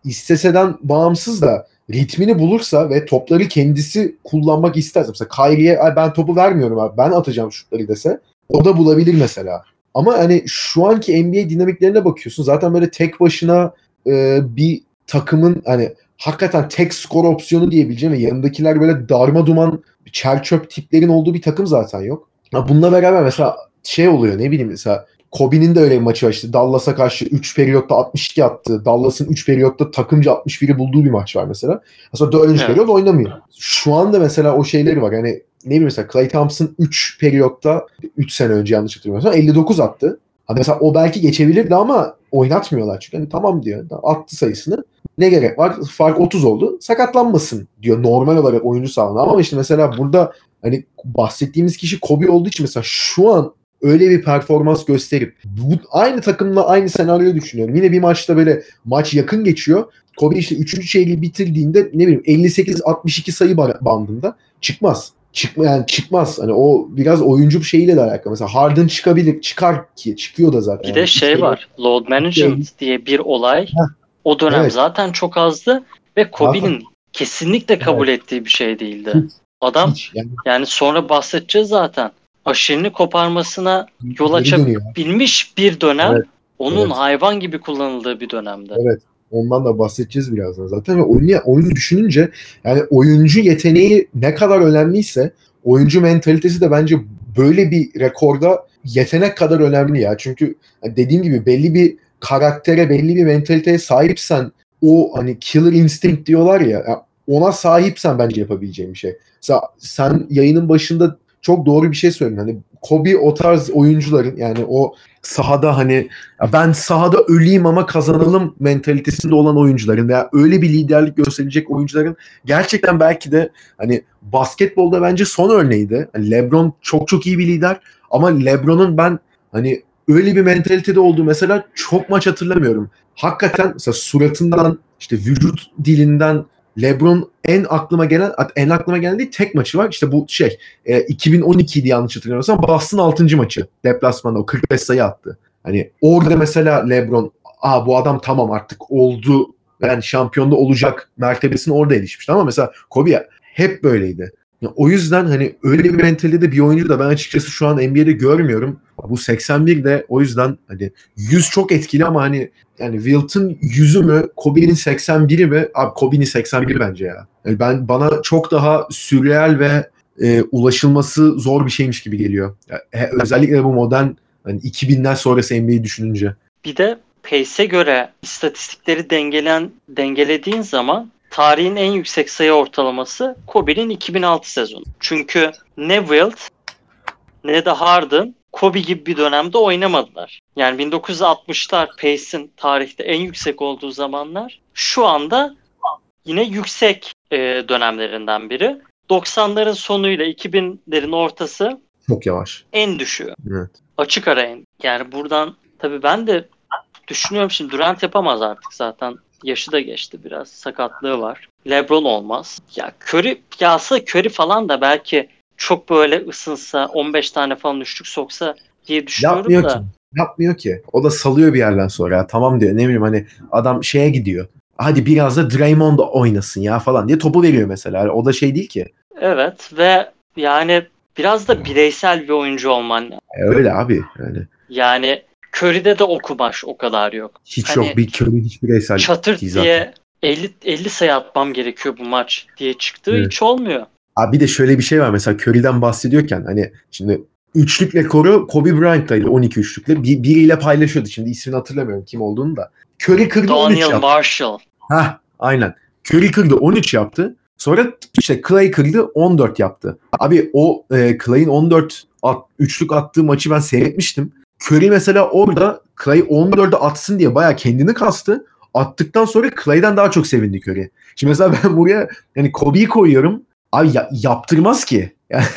isteseden bağımsız da ritmini bulursa ve topları kendisi kullanmak isterse, mesela Kyrie'ye ben topu vermiyorum abi, ben atacağım şutları dese, o da bulabilir mesela. Ama hani şu anki N B A dinamiklerine bakıyorsun, zaten böyle tek başına e, bir takımın hani hakikaten tek skor opsiyonu diyebileceğim ve yanındakiler böyle darma duman çer çöp tiplerin olduğu bir takım zaten yok. Bununla beraber mesela şey oluyor, ne bileyim, mesela Kobe'nin de öyle bir maçı var işte, Dallas'a karşı üç periyotta altmış iki attı. Dallas'ın üç periyotta takımca altmış biri bulduğu bir maç var mesela. Aslında dördüncü Evet. periyot oynamıyor. Şu anda mesela o şeyleri var. Yani ne bileyim, mesela Klay Thompson üç periyotta üç sene önce yanlış hatırlamıyorsam elli dokuz attı. Ha mesela o belki geçebilirdi ama oynatmıyorlar çünkü. Hani tamam diyor, attı sayısını. Ne gerek var? Fark otuz oldu. Sakatlanmasın diyor normal olarak oyuncu sahasında. Ama işte mesela burada hani bahsettiğimiz kişi Kobe olduğu için mesela şu an öyle bir performans gösterip bu, aynı takımla aynı senaryoyu düşünüyorum. Yine bir maçta böyle maç yakın geçiyor. Kobe işte üçüncü çeyreği bitirdiğinde ne bileyim elli sekiz altmış iki sayı bandında çıkmaz. Çıkma yani çıkmaz. Hani o biraz oyuncu şeyiyle de alakalı. Mesela Harden çıkabilir, çıkar ki çıkıyor da zaten. Bir yani de şey var. Load management diye bir olay. O dönem Evet. zaten çok azdı ve Kobe'nin kesinlikle kabul Evet. ettiği bir şey değildi. Hiç, Adam hiç. Yani yani sonra bahsedeceğiz zaten. Aşilini koparmasına yol geri dönüyor. açabilmiş bir dönem. Evet, Onun evet. hayvan gibi kullanıldığı bir dönemde. Evet. Ondan da bahsedeceğiz birazdan zaten. Ve oyunu, oyunu düşününce yani oyuncu yeteneği ne kadar önemliyse oyuncu mentalitesi de bence böyle bir rekorda yetenek kadar önemli ya. Çünkü dediğim gibi belli bir karaktere, belli bir mentaliteye sahipsen, o hani killer instinct diyorlar ya, ona sahipsen bence yapabileceğin bir şey. Mesela sen yayının başında çok doğru bir şey söyledin. Hani Kobe o tarz oyuncuların, yani o sahada hani ya ben sahada öleyim ama kazanalım mentalitesinde olan oyuncuların veya öyle bir liderlik gösterecek oyuncuların gerçekten belki de hani basketbolda bence son örneğiydi. Hani LeBron çok çok iyi bir lider ama LeBron'un ben hani öyle bir mentalitede olduğu mesela çok maç hatırlamıyorum. Hakikaten mesela suratından, işte vücut dilinden LeBron en aklıma gelen, en aklıma gelen değil, tek maçı var. İşte bu şey e, iki bin on ikiydi yanlış hatırlamıyorsam, Boston altıncı maçı. Deplasmanda o kırk beş sayı attı. Hani orada mesela LeBron, aa bu adam tamam artık oldu, yani şampiyonda olacak mertebesine orada erişmişti. Ama mesela Kobe hep böyleydi. Yani o yüzden hani öyle bir mentalitede bir oyuncu da ben açıkçası şu an N B A'de görmüyorum. Bu seksen bir de o yüzden hani yüz çok etkili ama hani yani Wilt'ın yüzü mü, Kobe'nin seksen biri mi? Abi Kobe'nin seksen biri bence ya. Yani ben bana çok daha sürreal ve e, ulaşılması zor bir şeymiş gibi geliyor. Yani, özellikle bu modern hani iki binler sonrası N B A'yi düşününce. Bir de Pace'e göre istatistikleri dengelen dengelediğin zaman tarihin en yüksek sayı ortalaması Kobe'nin iki bin altı sezonu. Çünkü ne Wilt ne de Harden Kobe gibi bir dönemde oynamadılar. Yani bin dokuz yüz altmışlar Pace'in tarihte en yüksek olduğu zamanlar. Şu anda yine yüksek e, dönemlerinden biri. doksanların sonuyla iki binlerin ortası Çok yavaş. en düşüğü. Evet. Açık ara en. Yani buradan tabii ben de düşünüyorum şimdi Durant yapamaz artık zaten. Yaşı da geçti biraz. Sakatlığı var. LeBron olmaz. Ya Curry, ya aslında Curry falan da belki çok böyle ısınsa on beş tane falan üçlük soksa diye düşünüyorum Yapmıyor da. ki. Yapmıyor ki. O da salıyor bir yerden sonra. Ya, tamam diyor. Ne bileyim hani adam şeye gidiyor. Hadi biraz da Draymond oynasın ya falan diye topu veriyor mesela. Yani o da şey değil ki. Evet ve yani biraz da bireysel bir oyuncu olman lazım. E, öyle abi. Yani. Yani Curry'de de o kumaş o kadar yok. Hiç Hani yok. Bir körü hiç bireysel çatırt değil zaten. diye elli, elli sayı atmam gerekiyor bu maç diye çıktığı Evet. hiç olmuyor. Abi bir de şöyle bir şey var. Mesela Curry'den bahsediyorken hani şimdi üçlük rekoru Kobe Bryant'taydı on iki üçlükle. Bir, biriyle paylaşıyordu. Şimdi ismini hatırlamıyorum kim olduğunu da. Curry kırdı on üç Daniel yaptı. Marshall. Hah aynen. Curry kırdı on üç yaptı. Sonra işte Clay kırdı on dört yaptı. Abi o e, Clay'in on dört at, üçlük attığı maçı ben seyretmiştim. Curry mesela orada Clay on dörde atsın diye bayağı kendini kastı. Attıktan sonra Clay'den daha çok sevindi Curry. Şimdi mesela ben buraya yani Kobe'yi koyuyorum. Abi ya, yaptırmaz ki.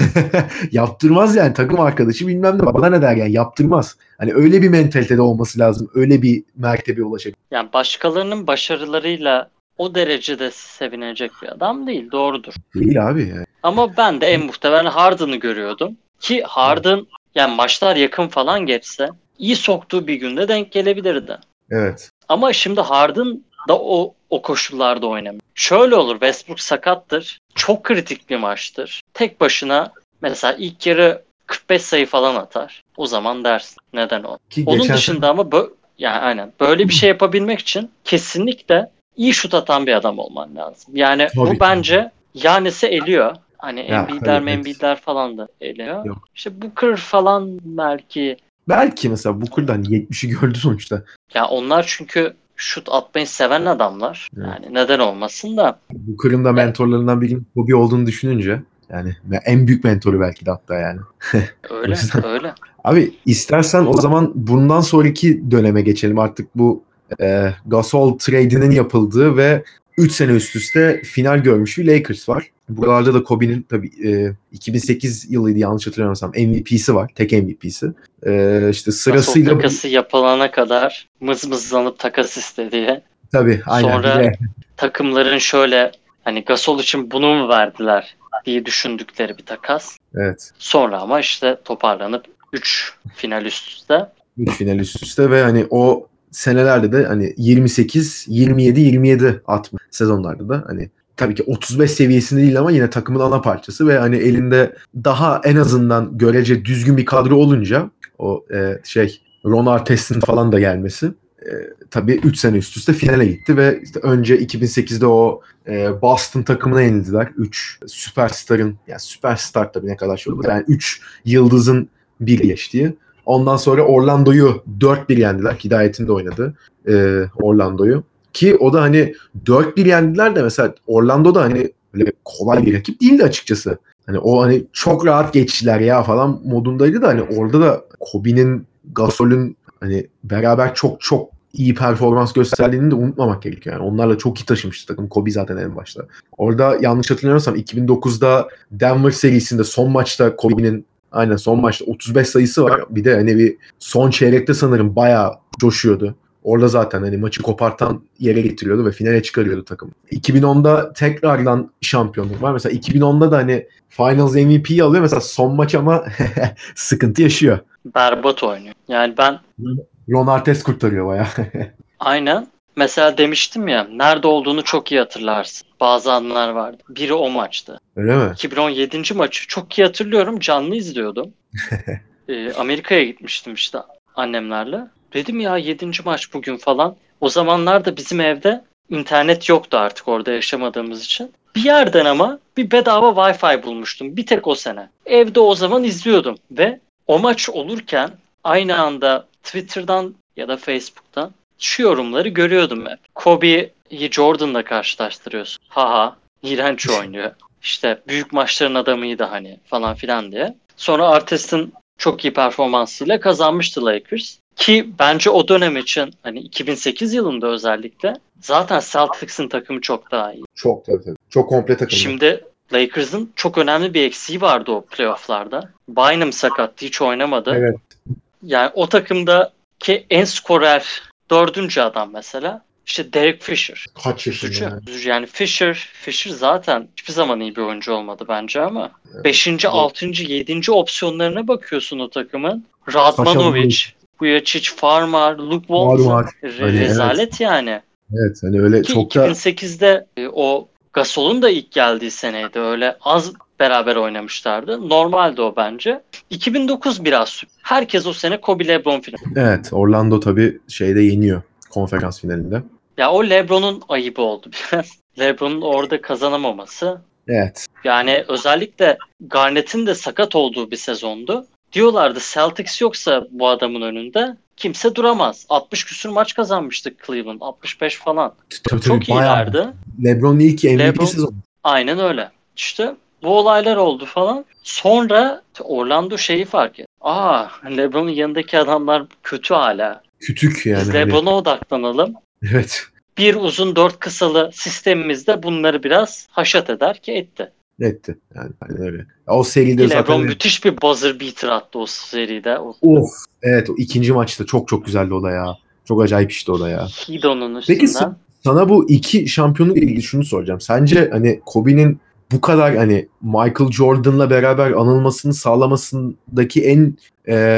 Yaptırmaz yani, takım arkadaşı bilmem ne. Bana ne der yani, yaptırmaz. Hani öyle bir mentalitede olması lazım. Öyle bir mertebeye ulaşacak. Yani başkalarının başarılarıyla o derecede sevinecek bir adam değil. Doğrudur. Değil abi yani. Ama ben de en muhtemelen Harden'ı görüyordum. Ki Harden yani maçlar yakın falan geçse iyi soktuğu bir günde denk gelebilirdi. Evet. Ama şimdi Harden da o o koşullarda oynamıyor. Şöyle olur, Westbrook sakattır. Çok kritik bir maçtır. Tek başına mesela ilk yarı kırk beş sayı falan atar. O zaman dersin neden o. Ki Onun geçen dışında sene- ama bö- yani aynen böyle bir şey yapabilmek için kesinlikle iyi şut atan bir adam olman lazım. Yani Tabii. bu bence Giannis'i eliyor. Hani Ya, Embiid'ler tabii, evet. Embiid'ler falan da eliyor. Yok. İşte Booker falan belki. Belki mesela Booker'da hani yetmişi gördü sonuçta. Ya onlar çünkü şut atmayı seven adamlar. Evet. Yani neden olmasın da. Booker'ın da mentorlarından birinin Kobe olduğunu düşününce yani en büyük mentoru belki de hatta yani. Öyle O yüzden- öyle. Abi istersen o zaman bundan sonraki döneme geçelim. Artık bu e, Gasol trade'inin yapıldığı ve üç sene üst üste final görmüş bir Lakers var. Buralarda da Kobe'nin tabii e, iki bin sekiz yılıydı yanlış hatırlamıyorsam M V P'si var. Tek M V P'si. E, işte Gasol sırasıyla takası yapılana kadar mızmızlanıp takas istediği. tabii aynen Sonra bir de takımların şöyle hani Gasol için bunu mu verdiler diye düşündükleri bir takas. evet. Sonra ama işte toparlanıp üç final üst üste. üç final üst üste ve hani o senelerde de hani yirmi sekiz, yirmi yedi, yirmi yedi atmış sezonlarda da hani tabii ki otuz beş seviyesinde değil ama yine takımın ana parçası ve hani elinde daha en azından görece düzgün bir kadro olunca o e, şey Ron Artest'in falan da gelmesi e, tabii üç sene üst üste finale gitti ve işte önce iki bin sekizde o e, Boston takımına yenildiler. üç süperstarın yani süperstar tabii ne kadar şey olur yani üç yıldızın bir geçtiği. Ondan sonra Orlando'yu dört bir yendiler. Hidayet'in de oynadı e, Orlando'yu. Ki o da hani dört bir yendiler de mesela Orlando'da hani böyle kolay bir rakip değildi açıkçası. Hani o hani çok rahat geçtiler ya falan modundaydı da hani orada da Kobe'nin, Gasol'ün hani beraber çok çok iyi performans gösterdiğini de unutmamak gerekiyor. Yani onlarla çok iyi taşımıştı takım. Kobe zaten en başta. Orada yanlış hatırlamıyorsam iki bin dokuzda Denver serisinde son maçta Kobe'nin aynen son maçta otuz beş sayısı var. Bir de hani bir son çeyrekte sanırım bayağı coşuyordu. Orada zaten hani maçı kopartan yere getiriyordu ve finale çıkarıyordu takım. iki bin onda tekrardan şampiyonluk var. Mesela iki bin onda da hani Finals M V P'yi alıyor. Mesela son maç ama sıkıntı yaşıyor. Berbat oynuyor. Yani ben Ron Artest kurtarıyor bayağı. aynen mesela demiştim ya nerede olduğunu çok iyi hatırlarsın. Bazı anlar vardı. Biri o maçtı. Öyle mi? iki bin on yedinci maçı çok iyi hatırlıyorum. Canlı izliyordum. Ee, Amerika'ya gitmiştim işte annemlerle. Dedim ya yedinci maç bugün falan. O zamanlarda bizim evde internet yoktu artık orada yaşamadığımız için. Bir yerden ama bir bedava Wi-Fi bulmuştum. Bir tek o sene. Evde o zaman izliyordum ve o maç olurken aynı anda Twitter'dan ya da Facebook'tan şu yorumları görüyordum hep. Kobe'yi Jordan'la karşılaştırıyorsun. Haha, iğrenç oynuyor. İşte büyük maçların adamıydı hani falan filan diye. Sonra Artest'in çok iyi performansıyla kazanmıştı Lakers. Ki bence o dönem için hani iki bin sekiz yılında özellikle zaten Celtics'in takımı çok daha iyi. Çok tabii tabii. Çok komple takım. Şimdi Lakers'ın çok önemli bir eksiği vardı o playoff'larda. Bynum sakattı, hiç oynamadı. Evet. Yani o takımdaki en skorer dördüncü adam mesela işte Derek Fisher. Kaç yaşında Üzücü. yani. Üzücü. Yani Fisher, Fisher zaten hiçbir zaman iyi bir oyuncu olmadı bence ama Evet. beşinci, altıncı, yedinci opsiyonlarına bakıyorsun o takımın. Radmanovic, Vujacic, Farmar, Luke Walton. Farmar. Re- Hani rezalet yani. Evet hani öyle Ki çok da iki bin sekizde e, o Gasol'un da ilk geldiği seneydi. Öyle az beraber oynamışlardı. Normaldi o bence. iki bin dokuz biraz sürpriz. Herkes o sene Kobe LeBron finali. evet Orlando tabii şeyde yeniyor konferans finalinde. Ya o LeBron'un ayıbı oldu biraz. LeBron'un orada kazanamaması. Evet. Yani özellikle Garnett'in de sakat olduğu bir sezondu. Diyorlardı Celtics yoksa bu adamın önünde kimse duramaz. altmış küsur maç kazanmıştık Cleveland. altmış beş falan. Tabii, Çok tabii, bayağı. iyilerdi. LeBron'un ilk M V P LeBron- sezonu. Aynen öyle. İşte bu olaylar oldu falan. Sonra Orlando şeyi fark etti. Aa, LeBron'un yanındaki adamlar kötü hala. Kütük yani. Biz hani. LeBron'a odaklanalım. Evet. Bir uzun dört kısalı sistemimizde bunları biraz haşat eder ki etti. Etti. Yani hani öyle. O seride Ki zaten LeBron müthiş bir buzzer beater attı o seride. O of. Evet o ikinci maçta çok çok güzeldi o da ya. Çok acayip işte o da ya. Hido'nun Peki üstünden. sana bu iki şampiyonlukla ilgili şunu soracağım. Sence hani Kobe'nin bu kadar hani Michael Jordan'la beraber anılmasını sağlamasındaki en e,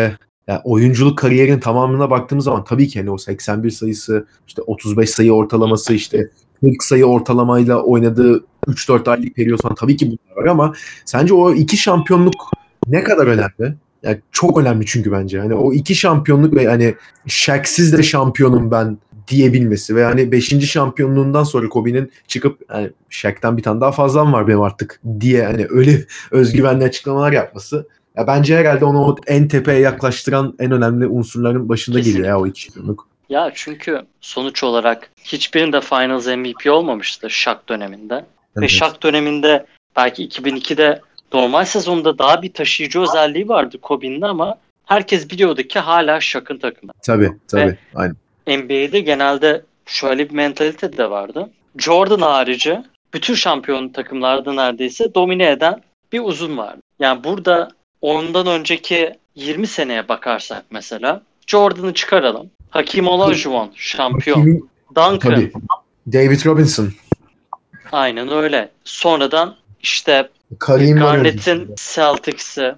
yani oyunculuk kariyerinin tamamına baktığımız zaman tabii ki hani o seksen bir sayısı, işte otuz beş sayı ortalaması, işte kırk sayı ortalamayla oynadığı üç dört aylık periyot falan tabii ki bunlar var ama sence o iki şampiyonluk ne kadar önemli? Yani çok önemli çünkü bence. Hani o iki şampiyonluk ve hani Shaq'siz de şampiyonum ben diyebilmesi ve hani beşinci şampiyonluğundan sonra Kobe'nin çıkıp yani Shaq'tan bir tane daha fazlam var benim artık diye hani öyle özgüvenli açıklamalar yapması. Ya bence herhalde onu o en tepeye yaklaştıran en önemli unsurların başında geliyor ya o iki şampiyonluk. Ya çünkü sonuç olarak hiçbirinde Finals M V P olmamıştı Shaq döneminde. Evet. Ve Shaq döneminde belki iki bin ikide normal sezonda daha bir taşıyıcı özelliği vardı Kobe'nin ama herkes biliyordu ki hala Shaq'ın takımı. Tabii tabii. Ve aynen. N B A'de genelde şöyle bir mentalite de vardı. Jordan harici bütün şampiyon takımlarda neredeyse domine eden bir uzun vardı. Yani burada ondan önceki yirmi seneye bakarsak mesela Jordan'ı çıkaralım. Hakeem Olajuwon şampiyon. Hakeem'in- Duncan. Tabii. David Robinson. Aynen öyle. Sonradan işte Kareem var Garnett'in öncesinde. Celtics'i.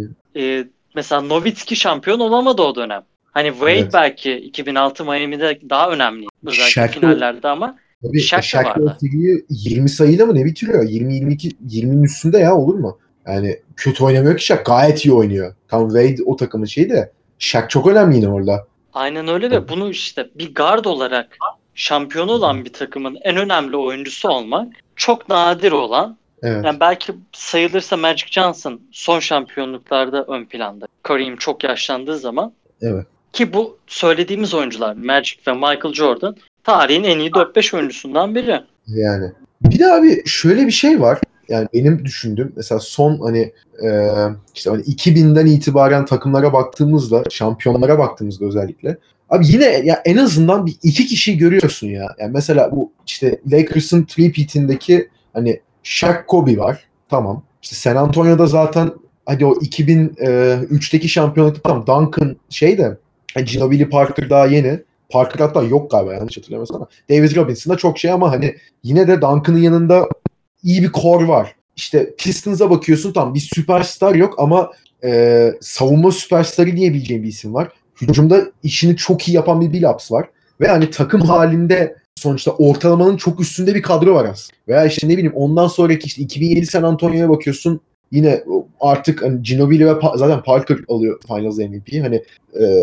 e, mesela Nowitzki şampiyon olamadı o dönem. Hani Wade Evet. belki iki bin altı Miami'de daha önemli. Özellikle Shaq da- finallerde ama Tabii Shaq da Shaq da vardı. o seriyi yirmi sayıyla mı ne bitiriyor? yirmi yirmi iki yirminin üstünde ya, olur mu? Yani kötü oynamıyor ki Shaq. Gayet iyi oynuyor. Tam Wade o takımın şeyi de Shaq çok önemli yine orada. Aynen öyle ve bunu işte bir guard olarak şampiyon olan bir takımın en önemli oyuncusu olmak çok nadir olan. Evet. Yani belki sayılırsa Magic Johnson son şampiyonluklarda ön planda. Kareem çok yaşlandığı zaman. Evet. Ki bu söylediğimiz oyuncular Magic ve Michael Jordan tarihin en iyi dört beş oyuncusundan biri. Yani. Bir de abi şöyle bir şey var. Yani benim düşündüğüm mesela son hani e, işte hani iki binden itibaren takımlara baktığımızda, şampiyonlara baktığımızda özellikle abi yine ya en azından bir iki kişiyi görüyorsun ya. Yani mesela bu işte Lakers'ın three-peat'indeki hani Shaq, Kobe var. Tamam. İşte San Antonio'da zaten hadi o iki bin üçteki şampiyonlukta tamam Duncan şey de hani Ginobili, Parker daha yeni. Parker hatta yok galiba yanlış hatırlamıyorsam ama David Robinson da çok şey ama hani yine de Duncan'ın yanında iyi bir core var. İşte Pistons'a bakıyorsun tamam bir süperstar yok ama e, savunma süperstarı diyebileceğim bir isim var. Hücumda işini çok iyi yapan bir Billups var. Ve hani takım halinde sonuçta ortalamanın çok üstünde bir kadro var aslında. Veya işte ne bileyim ondan sonraki işte iki bin yedi San Antonio'ya bakıyorsun yine artık hani Ginobili ve pa- zaten Parker alıyor Finals M V P'yi. Hani e,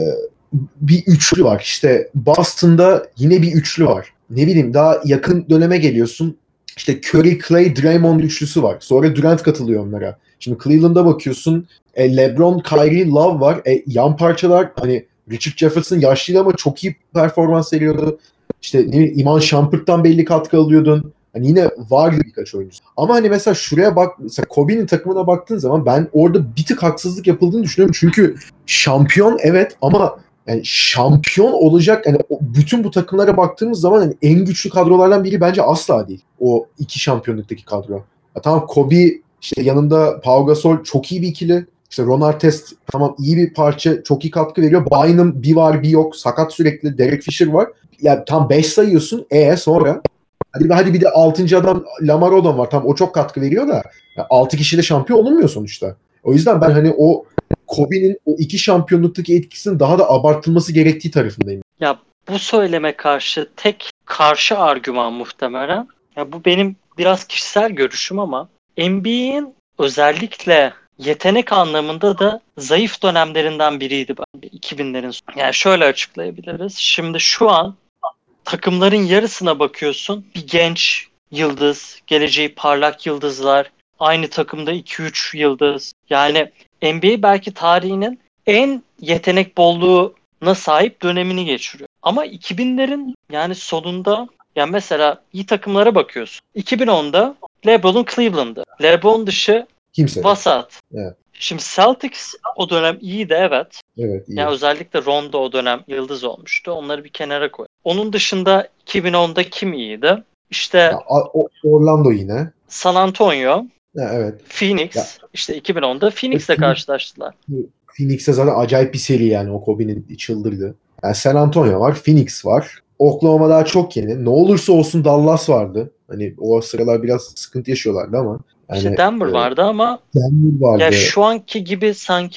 bir üçlü var. İşte Boston'da yine bir üçlü var. Ne bileyim daha yakın döneme geliyorsun. İşte Curry, Clay, Draymond üçlüsü var. Sonra Durant katılıyor onlara. Şimdi Cleveland'a bakıyorsun. E, LeBron, Kyrie, Love var. E, yan parçalar hani Richard Jefferson yaşlıydı ama çok iyi performans veriyordu. İşte ne bileyim, Iman Shumpert'tan belli katkı alıyordun. Hani yine vardı birkaç oyuncu. Ama hani mesela şuraya bak, mesela Kobe'nin takımına baktığın zaman ben orada bir tık haksızlık yapıldığını düşünüyorum. Çünkü şampiyon evet ama yani şampiyon olacak yani bütün bu takımlara baktığımız zaman yani en güçlü kadrolardan biri bence asla değil. O iki şampiyonluktaki kadro. Ya tamam Kobe işte yanında Pau Gasol çok iyi bir ikili. İşte Ron Artest tamam iyi bir parça, çok iyi katkı veriyor. Bynum bir var bir yok. Sakat sürekli. Derek Fisher var. Ya tam beş sayıyorsun. E sonra hadi, hadi bir de altıncı adam Lamar Odom var. Tam o çok katkı veriyor da altı kişiyle şampiyon olunmuyor sonuçta. O yüzden ben hani o Kobe'nin o iki şampiyonluktaki etkisinin daha da abartılması gerektiği tarafındayım. Ya bu söyleme karşı tek karşı argüman muhtemelen. Ya bu benim biraz kişisel görüşüm ama N B A'in özellikle yetenek anlamında da zayıf dönemlerinden biriydi bence iki binlerin sonu. Yani şöyle açıklayabiliriz. Şimdi şu an takımların yarısına bakıyorsun. Bir genç yıldız, geleceği parlak yıldızlar, aynı takımda iki üç yıldız. Yani N B A belki tarihinin en yetenek bolluğuna sahip dönemini geçiriyor. Ama iki binlerin yani sonunda yani mesela iyi takımlara bakıyorsun. iki bin onda LeBron'un Cleveland'ı. LeBron dışı Kimse yok. vasat. Evet. Şimdi Celtics o dönem iyiydi evet. Evet iyi. Yani özellikle Rondo o dönem yıldız olmuştu. Onları bir kenara koy. Onun dışında iki bin onda kim iyiydi? İşte Ya, o- Orlando yine. San Antonio, Ya, evet. Phoenix. Ya. İşte iki bin onda Phoenix'le Phoenix- karşılaştılar. Phoenix'e zaten acayip bir seri yani o Kobe'nin çıldırdı. Yani San Antonio var, Phoenix var. Oklahoma daha çok yeni. Ne olursa olsun Dallas vardı. Hani o sıralar biraz sıkıntı yaşıyorlardı ama. Yani, İşte Denver e, vardı ama Denver vardı. ya şu anki gibi sanki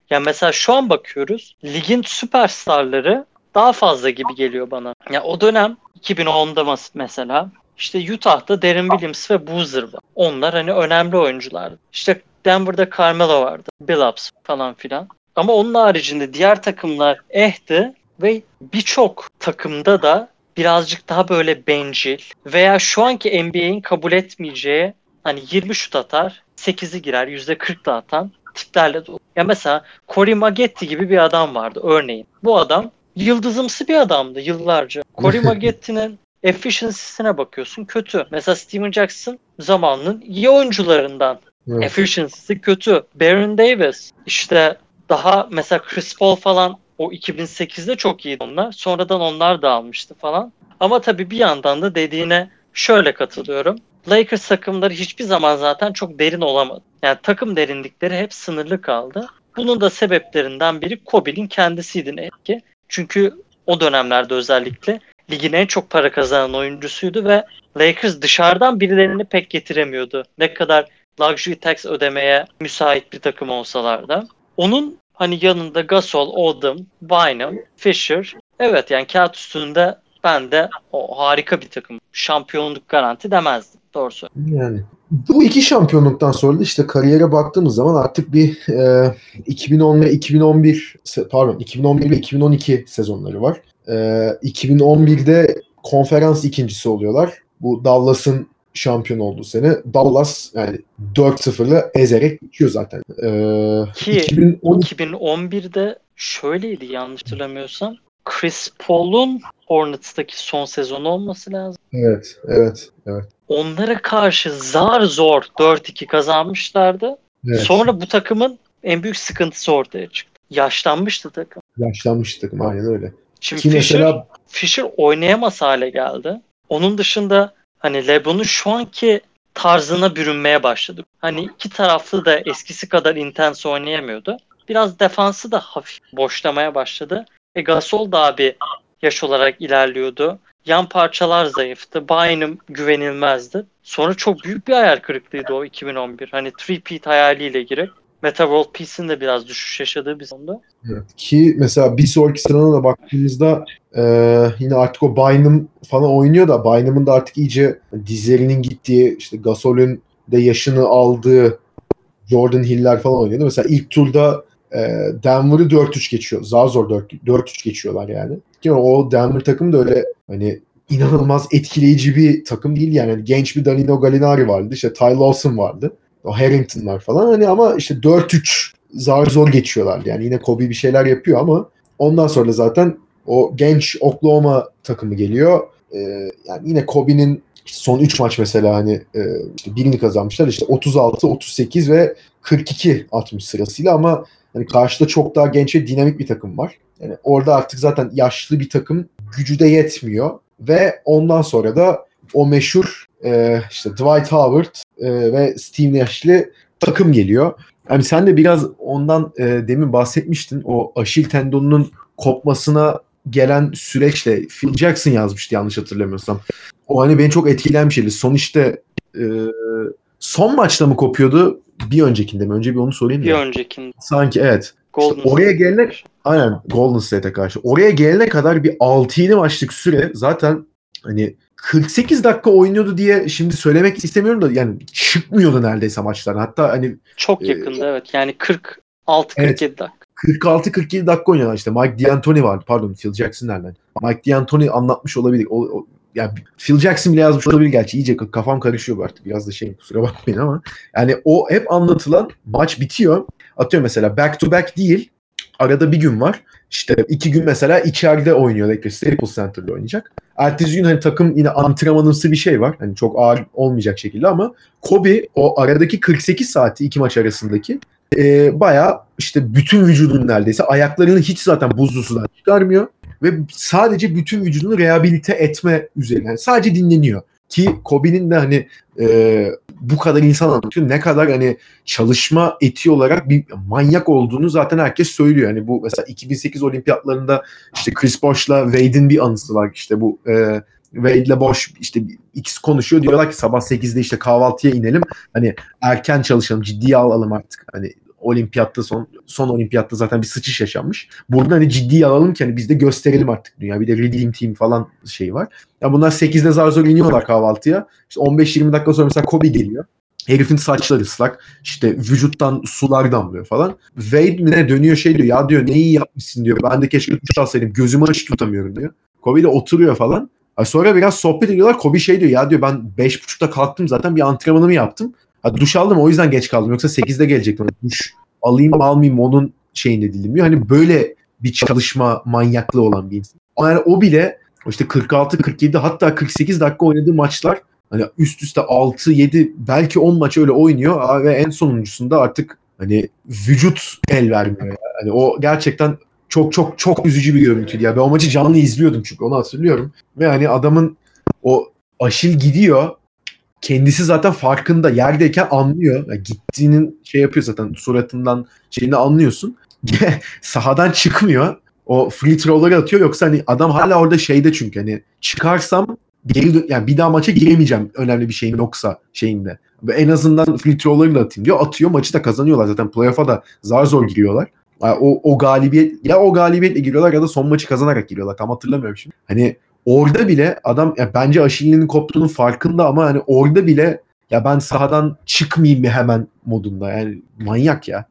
Yani mesela şu an bakıyoruz. Ligin süperstarları daha fazla gibi geliyor bana. Ya o dönem iki bin onda mas- mesela işte Utah'ta Deron Williams ve Boozer var. Onlar hani önemli oyunculardı. İşte Denver'da Carmelo vardı. Billups falan filan. Ama onun haricinde diğer takımlar ehti ve birçok takımda da birazcık daha böyle bencil veya şu anki N B A'in kabul etmeyeceği hani yirmi şut atar, sekizi girer, yüzde kırk da atan tiplerle dolu. Ya mesela Corey Maggetti gibi bir adam vardı örneğin. Bu adam yıldızımsı bir adamdı yıllarca. Corey Maggetti'nin efficiency'sine bakıyorsun kötü. Mesela Steven Jackson zamanının iyi oyuncularından. Evet. Efficiency'si kötü. Baron Davis işte daha mesela Chris Paul falan o iki bin sekizde çok iyiydi onlar. Sonradan onlar da almıştı falan. Ama tabii bir yandan da dediğine şöyle katılıyorum. Lakers takımları hiçbir zaman zaten çok derin olamadı. Yani takım derinlikleri hep sınırlı kaldı. Bunun da sebeplerinden biri Kobe'nin kendisiydi ne ki. Çünkü o dönemlerde özellikle ligin en çok para kazanan oyuncusuydu ve Lakers dışarıdan birilerini pek getiremiyordu. Ne kadar luxury tax ödemeye müsait bir takım olsalar da. Onun hani yanında Gasol, Odom, Bynum, Fisher. Evet yani kağıt üstünde ben de o harika bir takım. Şampiyonluk garanti demezdim. Doğru söylüyorum. Yani bu iki şampiyonluktan sonra da işte kariyere baktığımız zaman artık bir e, iki bin on ve iki bin on bir se- pardon iki bin on bir ile iki bin on iki sezonları var. E, iki bin on birde konferans ikincisi oluyorlar. Bu Dallas'ın şampiyon olduğu sene. Dallas yani dört sıfırla ezerek geçiyor zaten. E, Ki iki bin on iki iki bin on birde şöyleydi yanlış hatırlamıyorsam. Chris Paul'un Hornets'taki son sezonu olması lazım. evet, evet, evet. Onlara karşı zar zor dört iki kazanmışlardı. Evet. Sonra bu takımın en büyük sıkıntısı ortaya çıktı. Yaşlanmıştı takım. Yaşlanmış takım aynen öyle. Şimdi Ki Fisher, mesela Fisher oynayamaz hale geldi. Onun dışında hani LeBron'un şu anki tarzına bürünmeye başladık. Hani iki taraflı da eskisi kadar intens oynayamıyordu. Biraz defansı da hafif boşlamaya başladı. E Gasol da abi yaş olarak ilerliyordu. Yan parçalar zayıftı. Bynum güvenilmezdi. Sonra çok büyük bir hayal kırıklığıydı o iki bin on bir. Hani three-peat hayaliyle girip Meta World Peace'in de biraz düşüş yaşadığı bir sonda. evet. Ki mesela bir sonraki sırana da baktığımızda e, yine artık o Bynum falan oynuyor da Bynum'un da artık iyice dizlerinin gittiği işte Gasol'ün de yaşını aldığı Jordan Hill'ler falan oynuyordu. Mesela ilk turda e, Denver'ı dört üç geçiyor. Zar zor dört üç geçiyorlar yani. Ki o Denver takım da öyle hani inanılmaz etkileyici bir takım değil yani. Hani genç bir Danilo Gallinari vardı. İşte Ty Lawson vardı. O Harrington'lar falan hani ama işte dört üç zar zor geçiyorlar. Yani yine Kobe bir şeyler yapıyor ama ondan sonra zaten o genç Oklahoma takımı geliyor. Ee, yani yine Kobe'nin son üç maç mesela hani e, işte birini kazanmışlar. İşte otuz altı, otuz sekiz ve kırk iki atmış sırasıyla ama hani karşıda çok daha genç ve dinamik bir takım var. Yani orada artık zaten yaşlı bir takım gücü de yetmiyor ve ondan sonra da o meşhur e, işte Dwight Howard e, ve Steve Nash'li takım geliyor. Yani sen de biraz ondan e, demin bahsetmiştin. O Aşil tendonunun kopmasına gelen süreçle Phil Jackson yazmıştı yanlış hatırlamıyorsam. O hani beni çok etkileyen bir şeydi. Son işte e, son maçta mı kopuyordu? Bir öncekinde mi? Önce bir onu sorayım Bir da. öncekinde Sanki evet. Golden İşte oraya State gelene karşı. aynen Golden State'e karşı. Oraya gelene kadar bir altı yedi maçlık süre zaten hani kırk sekiz dakika oynuyordu diye şimdi söylemek istemiyorum da yani çıkmıyordu neredeyse maçlar. Hatta hani Çok e, yakında evet. Yani kırk altı kırk evet yedi dakika. kırk altı kırk yedi dakika oynayan işte Mike D'Antoni vardı. Pardon Phil Jackson nereden? Mike D'Antoni anlatmış olabilir. O, o, yani Phil Jackson bile yazmış olabilir gerçi. İyice kafam karışıyor artık. Biraz da şey kusura bakmayın ama. Yani o hep anlatılan maç bitiyor. Atıyorum mesela back to back değil. Arada bir gün var. İşte iki gün mesela içeride oynuyor Lakers. Staples Center'da oynayacak. Ertesi gün hani takım yine antrenmanımsı bir şey var. Hani çok ağır olmayacak şekilde ama Kobe o aradaki kırk sekiz saati iki maç arasındaki e, bayağı işte bütün vücudunu neredeyse ayaklarını hiç zaten buzlu sudan çıkarmıyor ve sadece bütün vücudunu rehabilite etme üzerine. Yani sadece dinleniyor. Ki Kobe'nin de hani e, bu kadar insan anlatıyor. Ne kadar hani çalışma etiği olarak bir manyak olduğunu zaten herkes söylüyor. Hani bu mesela iki bin sekiz olimpiyatlarında işte Chris Bosh'la Wade'in bir anısı var. İşte bu e, Wade'le Bosh işte ikisi konuşuyor. Diyorlar ki sabah sekizde işte kahvaltıya inelim. Hani erken çalışalım, ciddiye alalım artık. Hani Olimpiyatta son son olimpiyatta zaten bir sıçış yaşanmış. Burada hani ciddiye alalım ki hani biz de gösterelim artık dünya. Bir de Redeem Team falan şey var. Ya bunlar sekizde zar zor iniyorlar kahvaltıya. İşte on beş yirmi dakika sonra mesela Kobe geliyor. Herifin saçları ıslak. İşte vücuttan sular damlıyor falan. Wade mi ne dönüyor şey diyor. Ya diyor ne iyi yapmışsın diyor. Ben de keşke duş alsaydım. Gözümü açık tutamıyorum diyor. Kobe de oturuyor falan. Sonra biraz sohbet ediyorlar. Kobe şey diyor. Ya diyor ben beş buçukta kalktım zaten bir antrenmanımı yaptım. Ha, duş aldım o yüzden geç kaldım. Yoksa sekizde gelecektim. Duş alayım almayayım onun şeyinde değilim diyor. Hani böyle bir çalışma manyaklığı olan bir insan. Yani o bile işte kırk altı kırk yedi hatta kırk sekiz dakika oynadığı maçlar hani üst üste altı yedi belki on maç öyle oynuyor ve en sonuncusunda artık hani vücut el vermiyor. Yani. Hani o gerçekten çok çok çok üzücü bir görüntüydü. Ya ben o maçı canlı izliyordum çünkü onu hatırlıyorum. Ve hani adamın o Aşil gidiyor. Kendisi zaten farkında. Yerdeyken anlıyor. Yani gittiğinin şey yapıyor zaten. Suratından şeyini anlıyorsun. Sahadan çıkmıyor. O free throw'ları atıyor. Yoksa hani adam hala orada şeyde çünkü hani çıkarsam geri dö- yani bir daha maça giremeyeceğim önemli bir şeyim yoksa şeyinde. Ve en azından free throw'larını atayım diyor. Atıyor. Maçı da kazanıyorlar zaten. Playoff'a da zar zor giriyorlar. Yani o, o galibiyet ya o galibiyetle giriyorlar ya da son maçı kazanarak giriyorlar. Tam hatırlamıyorum şimdi. Hani orada bile adam ya bence Aşil'in koptuğunun farkında ama hani orada bile ya ben sahadan çıkmayayım mı hemen modunda. Yani manyak ya.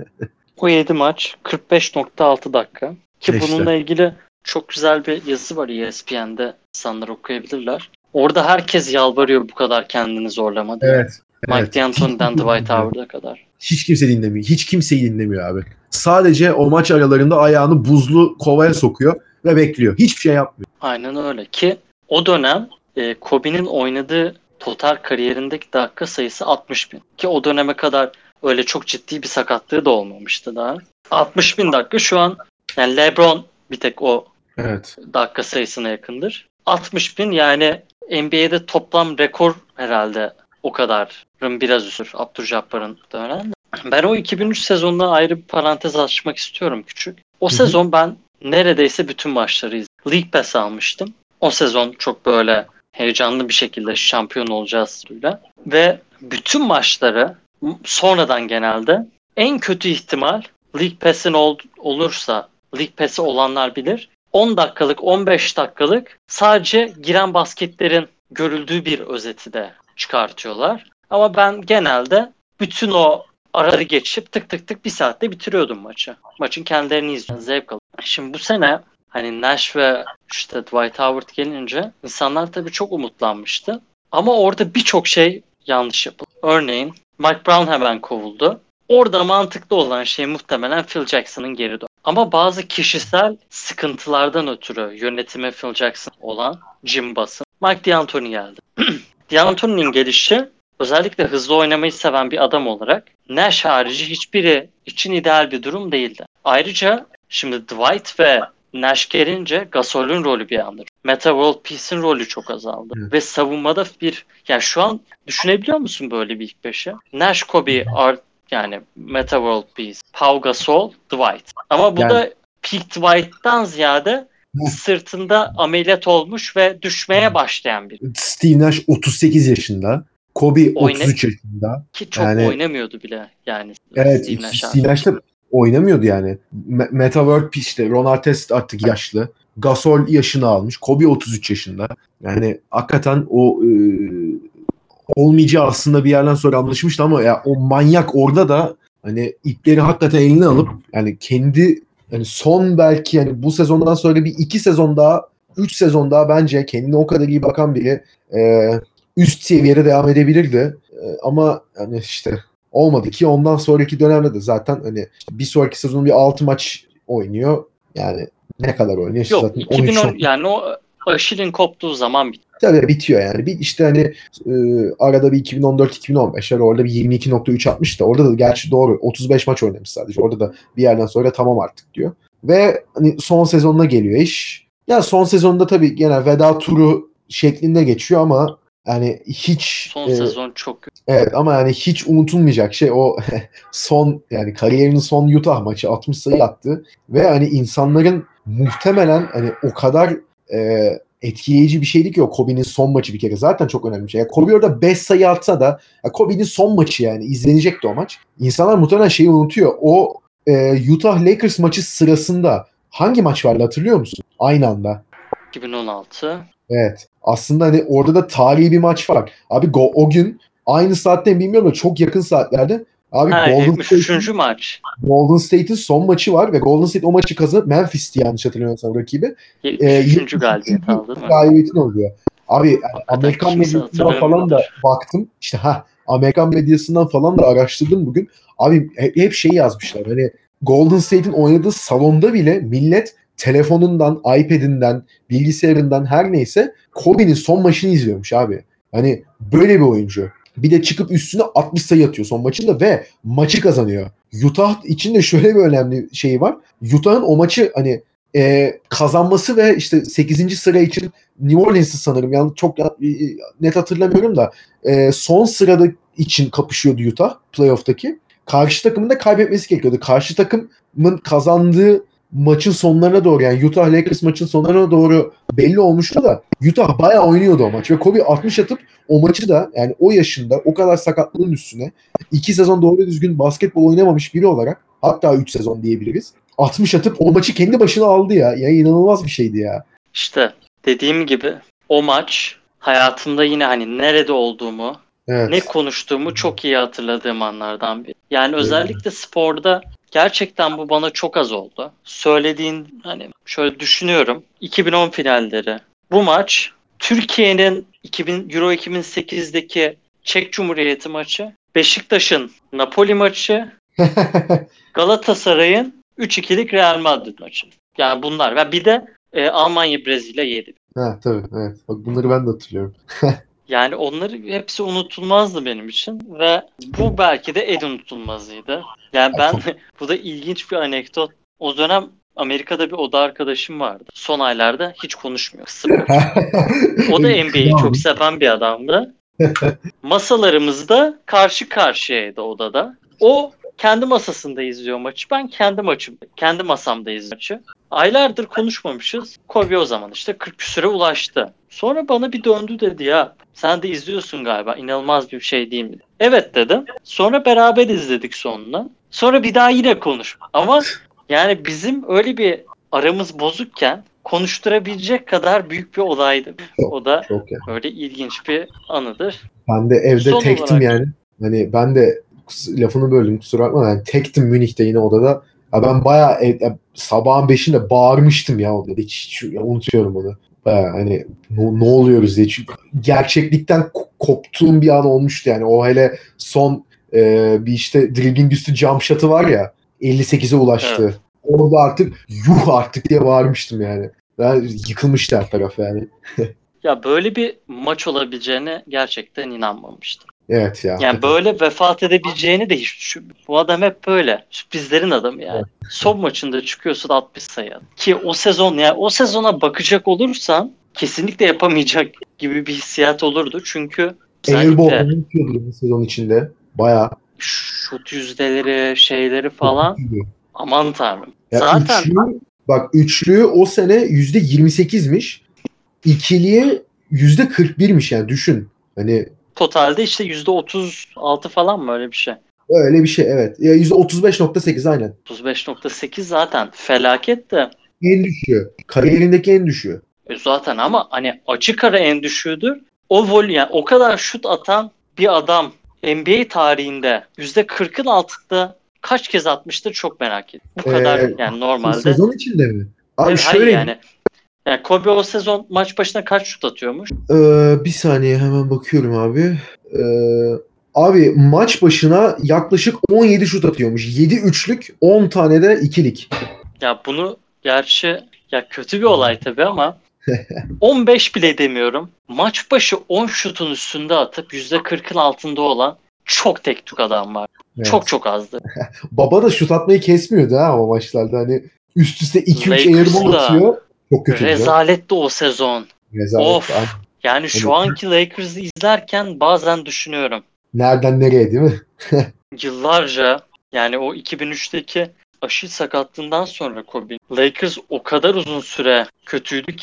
O yedi maç kırk beş nokta altı dakika. Ki İşte. bununla ilgili çok güzel bir yazısı var E S P N'de. İnsanlar okuyabilirler. Orada herkes yalvarıyor bu kadar kendini zorlama diye. Evet. Mike evet. D'Antoni'den Dwight Howard'a kadar. Hiç kimse dinlemiyor. Hiç kimseyi dinlemiyor abi. Sadece o maç aralarında ayağını buzlu kovaya sokuyor ve bekliyor. Hiçbir şey yapmıyor. Aynen öyle ki o dönem e, Kobe'nin oynadığı total kariyerindeki dakika sayısı altmış bin. Ki o döneme kadar öyle çok ciddi bir sakatlığı da olmamıştı daha. altmış bin dakika şu an yani LeBron bir tek o Evet. dakika sayısına yakındır. altmış bin yani N B A'de toplam rekor herhalde o kadarın biraz üstü Abdul-Jabbar'ın dönem. Ben o iki bin üç sezonuna ayrı bir parantez açmak istiyorum küçük. O Hı hı. sezon ben neredeyse bütün maçları izledim. League Pass almıştım. O sezon çok böyle heyecanlı bir şekilde şampiyon olacağız suyla. Ve bütün maçları sonradan genelde en kötü ihtimal League Pass'in ol, olursa League Pass'i olanlar bilir. on dakikalık on beş dakikalık sadece giren basketlerin görüldüğü bir özeti de çıkartıyorlar. Ama ben genelde bütün o araları geçip tık tık tık bir saatte bitiriyordum maçı. Maçın kendilerini izleyen zevk alıyordum. Şimdi bu sene hani Nash ve işte Dwight Howard gelince insanlar tabii çok umutlanmıştı. Ama orada birçok şey yanlış yapıldı. Örneğin Mike Brown hemen kovuldu. Orada mantıklı olan şey muhtemelen Phil Jackson'ın geri dönüşü. Ama bazı kişisel sıkıntılardan ötürü yönetime Phil Jackson olan Jim Boss'ın Mike D'Antoni geldi. D'Antoni'nin gelişi özellikle hızlı oynamayı seven bir adam olarak Nash harici hiçbiri için ideal bir durum değildi. Ayrıca şimdi Dwight ve Nash gelince Gasol'ün rolü bir anda. Meta World Peace'in rolü çok azaldı. Evet. Ve savunmada bir yani şu an düşünebiliyor musun böyle bir ilk beşi? Nash, Kobe, Art yani Meta World Peace, Pau Gasol, Dwight. Ama bu Yani- da Peak Dwight'tan ziyade sırtında ameliyat olmuş ve düşmeye başlayan biri. Steve Nash otuz sekiz yaşında. Kobe Oyna- otuz üç yaşında. Ki çok Yani- oynamıyordu bile yani. Evet, Steve Nash Steve Nash da oynamıyordu yani. Me- Meta World Peace işte. Ron Artest artık yaşlı. Gasol yaşını almış. Kobe otuz üç yaşında. Yani hakikaten o e, olmayacağı aslında bir yerden sonra anlaşmıştı ama ya o manyak orada da hani ipleri hakikaten eline alıp yani kendi yani son belki yani bu sezondan sonra bir iki sezon daha üç sezon daha bence kendine o kadar iyi bakan biri e, üst seviyede devam edebilirdi. E, ama yani işte olmadı ki ondan sonraki dönemde de zaten hani bir sonraki sezonun bir altı maç oynuyor. Yani ne kadar oynuyor? İşte Yok zaten iki bin on on üç yani o Aşil'in koptuğu zaman bitti. Tabii bitiyor yani. Bir işte hani e, arada bir iki bin on dört iki bin on beş var. Orada bir yirmi iki nokta üç atmış da orada da gerçi doğru otuz beş maç oynamış sadece. Orada da bir yerden sonra tamam artık diyor. Ve hani son sezonuna geliyor iş. Ya son sezonda tabii gene veda turu şeklinde geçiyor ama yani hiç Son e, sezon çok kötü. evet ama yani hiç unutulmayacak şey o son yani kariyerinin son Utah maçı altmış sayı attı ve hani insanların muhtemelen hani o kadar e, etkileyici bir şeydi ki o Kobe'nin son maçı bir kere. Zaten çok önemli bir şey. Yani Kobe orada beş sayı atsa da ya Kobe'nin son maçı yani. İzlenecekti o maç. İnsanlar muhtemelen şeyi unutuyor. O e, Utah Lakers maçı sırasında hangi maç vardı hatırlıyor musun? Aynı anda. iki bin on altı. Evet. Aslında hani orada da tarihi bir maç var. Abi go- o gün aynı saatte mi bilmiyorum da çok yakın saatlerde abi Ha, Golden yetmiş üçüncü State'in maç. Golden State'in son maçı var ve Golden State o maçı kazanıp Memphis'ti yanlış hatırlamıyorsam rakibi. Ee, yetmiş üçüncü yetmiş üçüncü galibiyet aldı değil mi? galibiyetin oluyor. Abi yani Hakikaten Amerikan kimse medyasından falan da hatırlamıyordur. baktım. İşte ha Amerikan medyasından falan da araştırdım bugün. Abi hep, hep şey yazmışlar. Hani Golden State'in oynadığı salonda bile millet telefonundan, iPad'inden, bilgisayarından her neyse Kobe'nin son maçını izliyormuş abi. Hani böyle bir oyuncu. Bir de çıkıp üstüne altmış sayı atıyor son maçında ve maçı kazanıyor. Utah için de şöyle bir önemli şey var. Utah'ın o maçı hani e, kazanması ve işte sekizinci sıra için New Orleans'ı sanırım yani çok e, net hatırlamıyorum da e, son sırada için kapışıyordu Utah playoff'taki. Karşı takımın da kaybetmesi gerekiyordu. Karşı takımın kazandığı maçın sonlarına doğru yani Utah Lakers maçın sonlarına doğru belli olmuştu da Utah bayağı oynuyordu o maç ve Kobe altmış atıp o maçı da yani o yaşında o kadar sakatlığın üstüne iki sezon doğru düzgün basketbol oynamamış biri olarak hatta üç sezon diyebiliriz. altmış atıp o maçı kendi başına aldı ya. Ya inanılmaz bir şeydi ya. İşte dediğim gibi o maç hayatımda yine hani nerede olduğumu, Evet. ne konuştuğumu çok iyi hatırladığım anlardan biri. Yani özellikle sporda gerçekten bu bana çok az oldu. Söylediğin hani şöyle düşünüyorum. iki bin on finalleri. Bu maç Türkiye'nin iki bin Euro iki bin sekizdeki Çek Cumhuriyeti maçı, Beşiktaş'ın Napoli maçı, Galatasaray'ın üç ikilik Real Madrid maçı. Yani bunlar ve bir de e, Almanya Brezilya yedi. Ha tabii evet. Bak bunları ben de hatırlıyorum. Yani onları hepsi unutulmazdı benim için ve bu belki de en unutulmazıydı. Yani ben bu da ilginç bir anekdot. O dönem Amerika'da bir oda arkadaşım vardı. Son aylarda hiç konuşmuyor. Sıfır. O da N B A'yi çok seven bir adamdı. Masalarımızda karşı karşıyaydı odada. O kendi masasında izliyor maçı. Ben kendi maçım, kendi masamda izliyorum maçı. Aylardır konuşmamışız. Kobe o zaman işte kırk küsüre ulaştı. Sonra bana bir döndü dedi ya sen de izliyorsun galiba inanılmaz bir şey değil mi? Evet dedim. Sonra beraber izledik sonuna. Sonra bir daha yine konuş. Ama yani bizim öyle bir aramız bozukken konuşturabilecek kadar büyük bir olaydı. Çok, O da çok yani. öyle ilginç bir anıdır. Ben de evde Son tektim olarak yani. Hani ben de kus- lafını böldüm kusura bakma. Yani tektim Münih'te yine odada. Ya ben bayağı ev- ya sabahın beşinde bağırmıştım ya odada. Hiç, hiç ya unutuyorum onu. Bayağı hani ne, ne oluyoruz diye. Çünkü gerçeklikten ko- koptuğum bir an olmuştu yani. O hele son e, bir işte dribbling üstü jump shot'ı var ya elli sekize ulaştı. evet. Orada artık yuh artık diye bağırmıştım yani. Ben yıkılmıştı her taraf yani. Ya böyle bir maç olabileceğine gerçekten inanmamıştım. Evet ya. Yani hakikaten. böyle vefat edebileceğini de hiç düşünmüyorum. Bu adam hep böyle. Sürprizlerin adamı yani. Evet. Son maçında çıkıyorsun altmış sayı. Ki o sezon yani o sezona bakacak olursan kesinlikle yapamayacak gibi bir hissiyat olurdu. Çünkü Airball özellikle unutuyordum bu sezon içinde. Bayağı. şut yüzdeleri şeyleri falan aman tanrım. Ya Zaten üçlü, bak üçlü o sene yüzde yirmi sekizmiş. İkiliye yüzde kırk birmiş yani düşün. Hani totalde işte yüzde otuz altı falan mı öyle bir şey. öyle bir şey evet. Ya yüzde otuz beş nokta sekiz aynen. otuz beş nokta sekiz zaten felaket de. En düşüğü. Kariyerindeki en düşüğü. E zaten ama hani açık ara en düşüğüdür. O vol yani o kadar şut atan bir adam N B A tarihinde yüzde kırkın altında kaç kez atmıştır çok merak ediyorum. Bu kadar Ee, yani normalde. Sezon içinde mi? Abi Evet, hayır şöyle yani. Yani Kobe o sezon maç başına kaç şut atıyormuş? Ee, bir saniye hemen bakıyorum abi. Ee, abi maç başına yaklaşık on yedi şut atıyormuş. yedi üçlük, on tane de ikilik. Ya bunu gerçi ya kötü bir olay tabii ama on beş bile demiyorum. Maç başı on şutun üstünde atıp yüzde kırkın altında olan çok tek tük adam var. Evet. Çok çok azdı. Baba da şut atmayı kesmiyordu ha ama maçlarda. Hani üst üste iki üç Lakers'da airball atıyor. Çok kötü. Rezaletti o sezon. Rezalet. Of. Aynen. Yani şu anki Lakers'ı izlerken bazen düşünüyorum. Nereden nereye değil mi? Yıllarca yani o iki bin üçteki Aşil sakatlığından sonra Kobe. Lakers o kadar uzun süre kötüydü ki.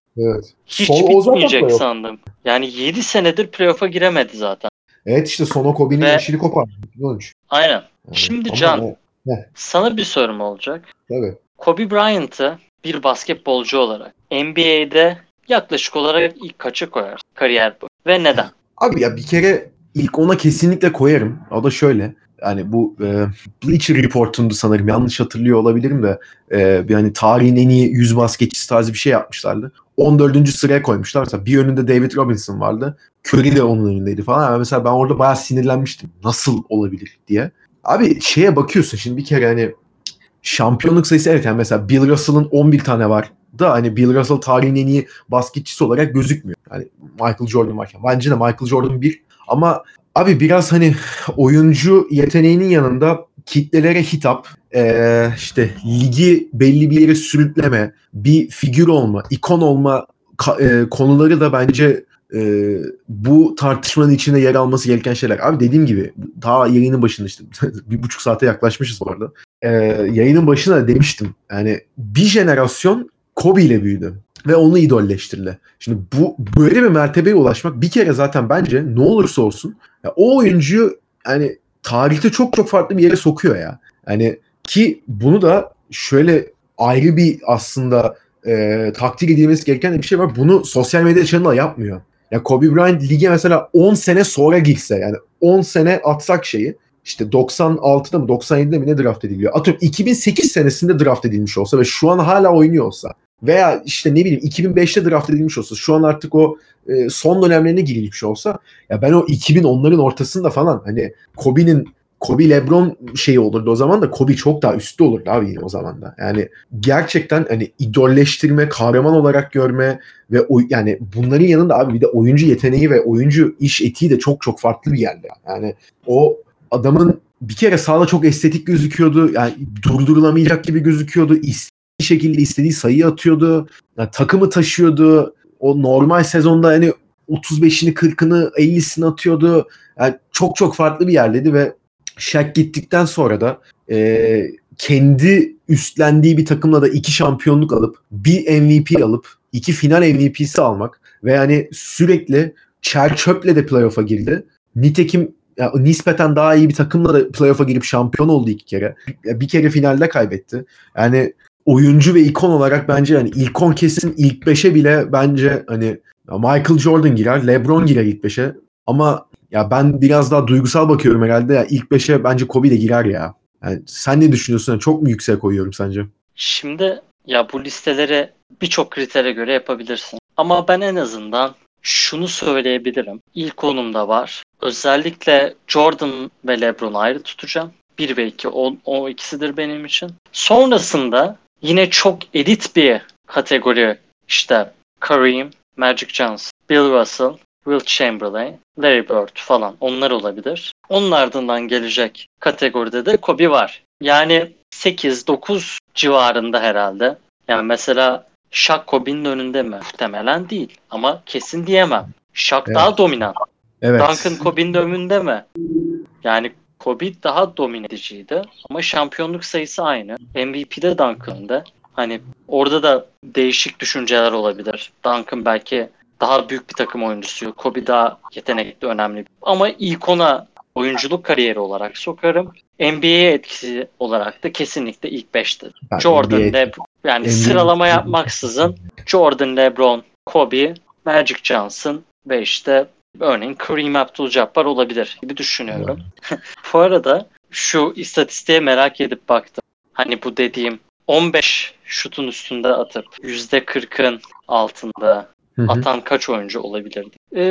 Evet. Hiç Son o zaten bitmeyecek playoff. sandım. Yani yedi senedir playoff'a giremedi zaten. Evet işte Sono Kobe'nin Ve eşini kopardı. iki bin on üç. aynen. Yani, Şimdi ama Can, o, heh, sana bir sorum olacak. tabii. Kobe Bryant'ı bir basketbolcu olarak N B A'de yaklaşık olarak ilk kaça koyar kariyer bu ve neden? Abi ya bir kere ilk ona kesinlikle koyarım. O da şöyle. Yani bu e, Bleacher Report'undu sanırım. Yanlış hatırlıyor olabilirim de e, bir hani tarihin en iyi yüz basketçisi tarzı bir şey yapmışlardı. on dördüncü sıraya koymuşlar. Mesela bir önünde David Robinson vardı. Curry de onun önündeydi falan. Yani mesela ben orada bayağı sinirlenmiştim. Nasıl olabilir diye. Abi şeye bakıyorsun şimdi bir kere hani şampiyonluk sayısı evet yani mesela Bill Russell'ın on bir tane var da hani Bill Russell tarihin en iyi basketçisi olarak gözükmüyor. Yani Michael Jordan varken. Bence de Michael Jordan bir ama abi biraz hani oyuncu yeteneğinin yanında kitlelere hitap, ee, işte ligi belli bir yere sürükleme, bir figür olma, ikon olma ka- e, konuları da bence e, bu tartışmanın içinde yer alması gereken şeyler. Abi dediğim gibi daha yayının başında işte bir buçuk saate yaklaşmışız bu arada. Ee, yayının başında da demiştim. Yani bir jenerasyon Kobe ile büyüdü ve onu idolleştirdi. Şimdi bu böyle bir mertebeye ulaşmak bir kere zaten bence ne olursa olsun ya o oyuncuyu yani tarihte çok çok farklı bir yere sokuyor ya. Yani ki bunu da şöyle ayrı bir aslında e, takdir edilmesi gereken bir şey var. Bunu sosyal medya çanıyla yapmıyor. Ya Kobe Bryant lige mesela on sene sonra girse yani on sene atsak şeyi işte doksan altıda mı doksan yedide mi ne draft ediliyor? Atıyorum iki bin sekiz senesinde draft edilmiş olsa ve şu an hala oynuyor olsa veya işte ne bileyim iki bin beşte draft edilmiş olsa şu an artık o e, son dönemlerine girilmiş olsa ya ben o iki bin onların ortasında falan hani Kobe'nin Kobe LeBron şeyi olurdu o zaman da Kobe çok daha üstte olurdu abi yine o zaman da. Yani gerçekten hani idolleştirme, kahraman olarak görme ve o, yani bunların yanında abi bir de oyuncu yeteneği ve oyuncu iş etiği de çok çok farklı bir yerde. Yani o adamın bir kere sahada çok estetik gözüküyordu. Yani durdurulamayacak gibi gözüküyordu. İstediği şekilde istediği sayıyı atıyordu. Yani takımı taşıyordu. O normal sezonda hani otuz beşini kırkını ellisini atıyordu. Yani çok çok farklı bir yerdeydi ve Shaq gittikten sonra da e, kendi üstlendiği bir takımla da iki şampiyonluk alıp bir M V P alıp iki final M V P'si almak ve yani sürekli çer çöple de playoff'a girdi. Nitekim ya, nispeten daha iyi bir takımla da playoff'a girip şampiyon oldu iki kere. Bir, bir kere finalde kaybetti. Yani oyuncu ve ikon olarak bence yani ilk on kesin ilk beşe bile bence hani Michael Jordan girer, LeBron girer ilk beşe. Ama ya ben biraz daha duygusal bakıyorum herhalde. Ya ilk beşe bence Kobe de girer ya. Yani sen ne düşünüyorsun? Yani çok mu yüksek koyuyorum sence? Şimdi ya bu listeleri birçok kritere göre yapabilirsin. Ama ben en azından şunu söyleyebilirim. İlk konumda var. Özellikle Jordan ve LeBron'u ayrı tutacağım. bir ve iki o, o ikisidir benim için. Sonrasında yine çok elit bir kategori işte Kareem, Magic Johnson, Bill Russell, Will Chamberlain, Larry Bird falan onlar olabilir. Onun ardından gelecek kategoride de Kobe var. Yani sekiz dokuz civarında herhalde. Yani mesela Shaq Kobe'nin önünde mi? Muhtemelen değil. Ama kesin diyemem. Shaq Evet. daha dominant. Evet. Duncan Kobe'nin önünde mi? Yani Kobe daha domine ediciydi. Ama şampiyonluk sayısı aynı. M V P'de Duncan'dı. Hani orada da değişik düşünceler olabilir. Duncan belki daha büyük bir takım oyuncusu. Kobe daha yetenekli, önemli. Ama ilk ona oyunculuk kariyeri olarak sokarım. N B A etkisi olarak da kesinlikle ilk beşte. Ben Jordan, N B A LeBron. Yani N B A sıralama yapmaksızın Jordan, LeBron, Kobe, Magic Johnson ve işte örneğin Kareem Abdul-Jabbar olabilir gibi düşünüyorum. Bu arada şu istatistiğe merak edip baktım. Hani bu dediğim on beş şutun üstünde atıp yüzde kırkın altında Hı hı. atan kaç oyuncu olabilirdi? Ee,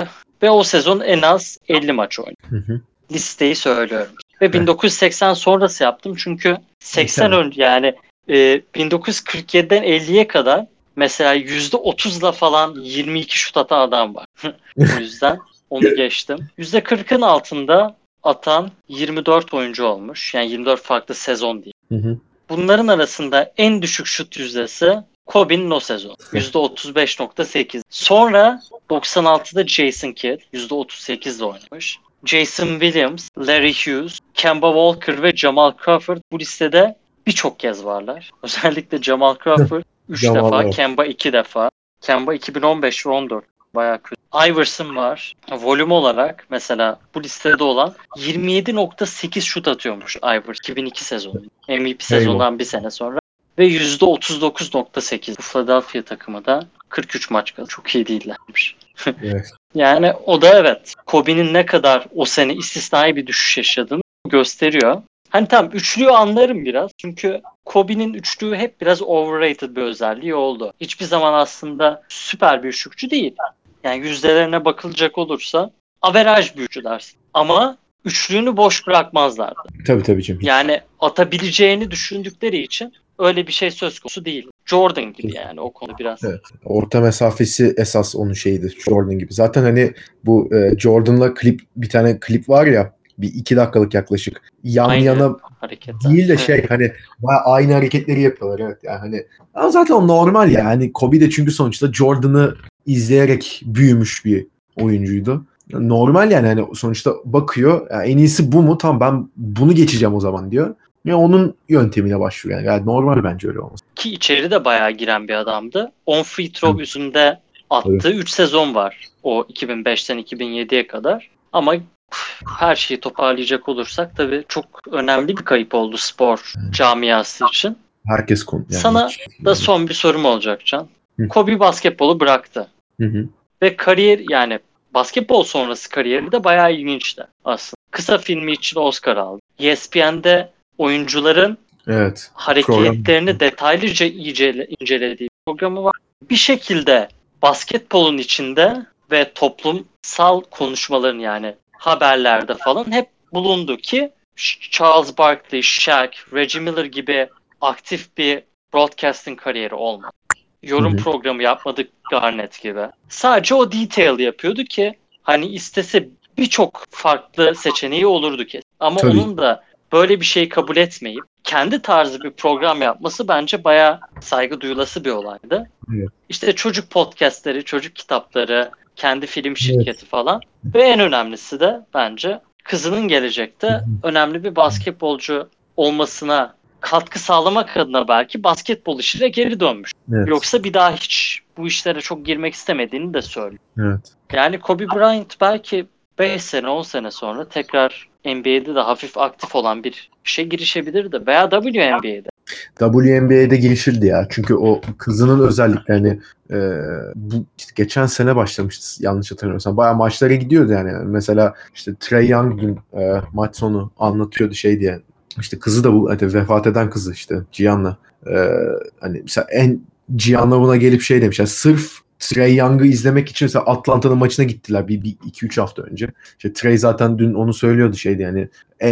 ve o sezon en az elli maç oynadı. Hı hı. Listeyi söylüyorum. Ve bin dokuz yüz seksen sonrası yaptım çünkü seksen Tamam. önce yani e, bin dokuz yüz kırk yediden elliye kadar mesela yüzde otuzla falan yirmi iki şut atan adam var. O yüzden onu geçtim. yüzde kırkın altında atan yirmi dört oyuncu olmuş. Yani yirmi dört farklı sezon değil. Hı hı. Bunların arasında en düşük şut yüzdesi Kobe'nin o sezon. yüzde otuz beş nokta sekiz. Sonra doksan altıda Jason Kidd yüzde otuz sekizle oynamış. Jason Williams, Larry Hughes, Kemba Walker ve Jamal Crawford bu listede birçok kez varlar. Özellikle Jamal Crawford üç Jamal, defa, evet. Kemba iki defa. Kemba iki bin on beş ve on dört bayağı kötü. Iverson var. Volüm olarak mesela bu listede olan yirmi yedi nokta sekiz şut atıyormuş Iverson iki bin iki sezonu. M V P sezonundan bir sene sonra. Ve yüzde otuz dokuz nokta sekiz. Bu Philadelphia takımı da kırk üç maç kaldı. Çok iyi değillermiş. Evet. Yani o da evet. Kobe'nin ne kadar o sene istisnai bir düşüş yaşadığını gösteriyor. Hani tamam üçlüyü anlarım biraz. Çünkü Kobe'nin üçlüğü hep biraz overrated bir özelliği oldu. Hiçbir zaman aslında süper bir üçlükçü değil. Yani yüzdelerine bakılacak olursa averaj bir üçlü dersin. Ama üçlüğünü boş bırakmazlardı. Tabii tabii canım. Yani atabileceğini düşündükleri için öyle bir şey söz konusu değil. Jordan gibi yani o konu biraz. Evet. Orta mesafesi esas onun şeyidir. Jordan gibi. Zaten hani bu e, Jordan'la klip bir tane klip var ya, bir iki dakikalık yaklaşık. Yan Aynı yana hareketler. değil de şey hani bayağı aynı hareketleri yapıyorlar, evet yani hani ama zaten o normal ya. Hani Kobe de çünkü sonuçta Jordan'ı izleyerek büyümüş bir oyuncuydu. Normal yani hani sonuçta bakıyor ya, en iyisi bu mu? Tamam, ben bunu geçeceğim o zaman diyor. Ve onun yöntemine başlıyor yani. Yani normal bence öyle olması. Ki içeri de bayağı giren bir adamdı. on free throw Evet. yüzünde attığı üç sezon var. O iki bin beşten iki bin yediye kadar. Ama püf, her şeyi toparlayacak olursak tabii çok önemli bir kayıp oldu spor camiası için. Herkes konu. Yani Sana hiç- da son bir sorum olacak Can. Hı. Kobe basketbolu bıraktı. Hı hı. Ve kariyer yani basketbol sonrası kariyeri de bayağı ilginçti aslında. Kısa filmi için Oscar aldı. E S P N'de oyuncuların Evet. hareketlerini Program. detaylıca incele, incelediği programı var. Bir şekilde basketbolun içinde ve toplumsal konuşmaların yani haberlerde falan hep bulundu ki Charles Barkley, Shaq, Reggie Miller gibi aktif bir broadcasting kariyeri olmadı. Yorum Hı hı. programı yapmadı Garnett gibi. Sadece o detail yapıyordu ki hani istese birçok farklı seçeneği olurdu ki. Ama Tabii. onun da böyle bir şeyi kabul etmeyip kendi tarzı bir program yapması bence bayağı saygı duyulası bir olaydı. Evet. İşte çocuk podcastleri, çocuk kitapları, kendi film şirketi Evet. falan ve en önemlisi de bence kızının gelecekte önemli bir basketbolcu olmasına katkı sağlamak adına belki basketbol işine geri dönmüş. Evet. Yoksa bir daha hiç bu işlere çok girmek istemediğini de söylüyor. Evet. Yani Kobe Bryant belki beş sene on sene sonra tekrar N B A'de de hafif aktif olan bir işe girişebilirdi veya W N B A'de. W N B A'de girişirdi ya. Çünkü o kızının özellikle hani e, bu işte geçen sene başlamıştı yanlış hatırlamıyorsam. Bayağı maçlara gidiyordu yani. Mesela işte Trae Young'un e, maç sonu anlatıyordu şey diye. İşte kızı da bu hani vefat eden kızı işte Gianna. E, hani mesela en Gianna buna gelip şey demiş. Yani sırf Trae Young'ı izlemek için mesela Atlanta'nın maçına gittiler bir, bir iki üç hafta önce. İşte Trae zaten dün onu söylüyordu şeydi yani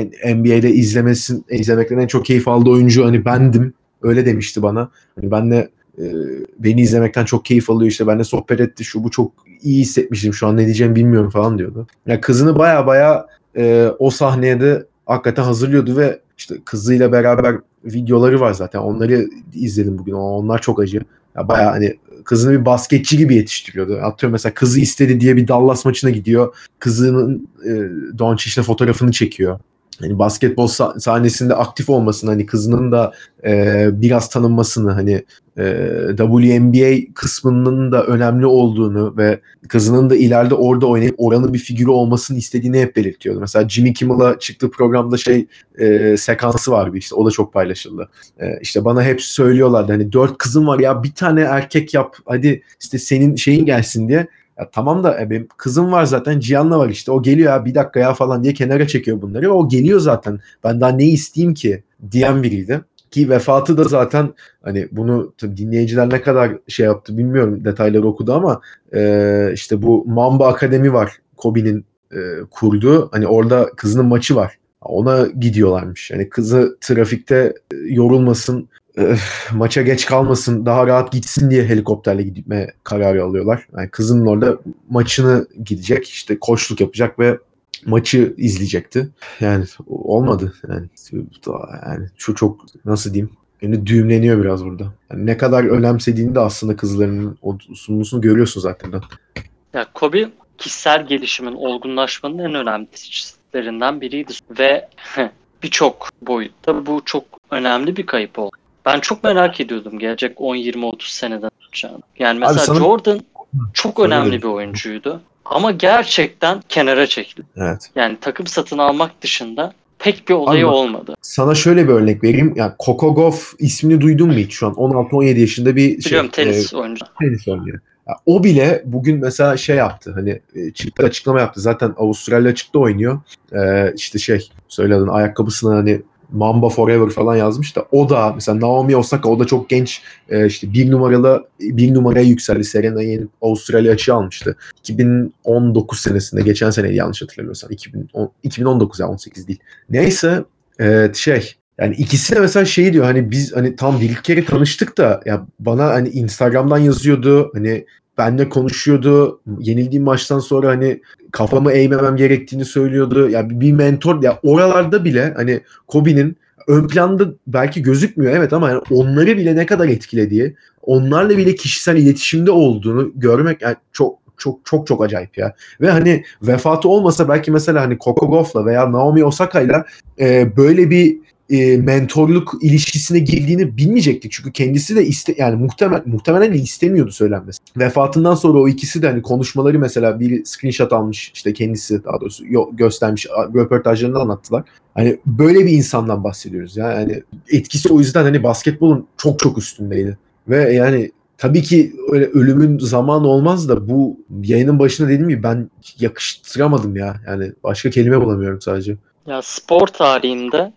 N B A'de izlemesin, izlemekten en çok keyif aldığı oyuncu hani bendim. Öyle demişti bana. Hani ben de e, beni izlemekten çok keyif alıyor işte. Ben de sohbet etti. Şu bu çok iyi hissetmiştim. Şu an ne diyeceğimi bilmiyorum falan diyordu. Yani kızını baya baya e, o sahneye de hakikaten hazırlıyordu ve işte kızıyla beraber videoları var zaten. Onları izledim bugün. Onlar çok acı. Ya baya hani kızını bir basketçi gibi yetiştiriyordu. Atıyorum mesela kızı istedi diye bir Dallas maçına gidiyor. Kızının e, Doncic'le fotoğrafını çekiyor. Hani basketbol sah- sahnesinde aktif olmasını, hani kızının da e, biraz tanınmasını, hani e, W N B A kısmının da önemli olduğunu ve kızının da ileride orada oynayıp oranın bir figürü olmasını istediğini hep belirtiyordu. Mesela Jimmy Kimmel'a çıktığı programda şey e, sekansı var bir işte, o da çok paylaşıldı. E, işte bana hep söylüyorlardı hani dört kızım var ya bir tane erkek yap hadi işte senin şeyin gelsin diye. Ya tamam da e, benim kızım var zaten, Gianna var işte o geliyor ya bir dakika ya falan diye kenara çekiyor bunları. O geliyor zaten, ben daha ne isteyeyim ki diyen biriydi. Ki vefatı da zaten hani bunu tabii dinleyiciler ne kadar şey yaptı bilmiyorum, detayları okudu ama e, işte bu Mamba Akademi var Kobe'nin e, kurduğu, hani orada kızının maçı var. Ona gidiyorlarmış. Yani kızı trafikte e, yorulmasın, öf, maça geç kalmasın, daha rahat gitsin diye helikopterle gitme kararı alıyorlar. Yani kızının orada maçını gidecek, işte koçluk yapacak ve maçı izleyecekti. Yani olmadı. Yani, yani şu çok nasıl diyeyim? Yani düğümleniyor biraz burada. Yani ne kadar önemsediğini de aslında kızlarının o sunumunu görüyorsun zaten. Ya Kobe kişisel gelişimin, olgunlaşmanın en önemli teşhislerinden biriydi ve birçok boyutta bu çok önemli bir kayıp oldu. Ben çok merak ediyordum gelecek on yirmi otuz seneden olacağını. Yani mesela sana... Jordan çok Söyle önemli dedim. bir oyuncuydu. Ama gerçekten kenara çekildi. Evet. Yani takım satın almak dışında pek bir olayı Abi, olmadı. Sana şöyle bir örnek vereyim. Yani Coco Gauff ismini duydun mu hiç? Şu an on altı on yedi yaşında bir şey. Biliyorum, tenis e, oyuncu. tenis oynuyor. Ya, o bile bugün mesela şey yaptı. Hani e, çıktı açıklama yaptı. Zaten Avustralya açıkta oynuyor. E, işte şey söyle adını, ayakkabısına hani Mamba Forever falan yazmış da o da mesela Naomi Osaka, o da çok genç, e, işte bir numaralı bir numaraya yükseldi. Serena'yı yenip Avustralya açığı almıştı. iki bin on dokuz senesinde, geçen sene yanlış hatırlamıyorsam iki bin on, iki bin on dokuz ya on sekiz değil. Neyse e, şey yani ikisi de mesela şey diyor, hani biz hani tam bir kere tanıştık da ya bana hani Instagram'dan yazıyordu, hani benle konuşuyordu, yenildiğim maçtan sonra hani kafamı eğmemem gerektiğini söylüyordu. Ya bir mentor ya, oralarda bile hani Kobe'nin ön planda belki gözükmüyor evet, ama yani onları bile ne kadar etkilediği, onlarla bile kişisel iletişimde olduğunu görmek yani çok çok çok çok acayip ya. Ve hani vefatı olmasa belki mesela hani Coco Gauff'la veya Naomi Osaka'yla e, böyle bir e, mentorluk ilişkisine girdiğini bilmeyecektik. Çünkü kendisi de iste yani muhtemel muhtemelen de istemiyordu söylenmesi. Vefatından sonra o ikisi de hani konuşmaları, mesela bir screenshot almış, işte kendisi daha doğrusu yo- göstermiş, röportajlarında anlattılar. Hani böyle bir insandan bahsediyoruz ya. Yani etkisi o yüzden hani basketbolun çok çok üstündeydi. Ve yani tabii ki öyle ölümün zamanı olmaz da, bu yayının başında dediğim gibi ben yakıştıramadım ya. Yani başka kelime bulamıyorum sadece. Ya spor tarihinde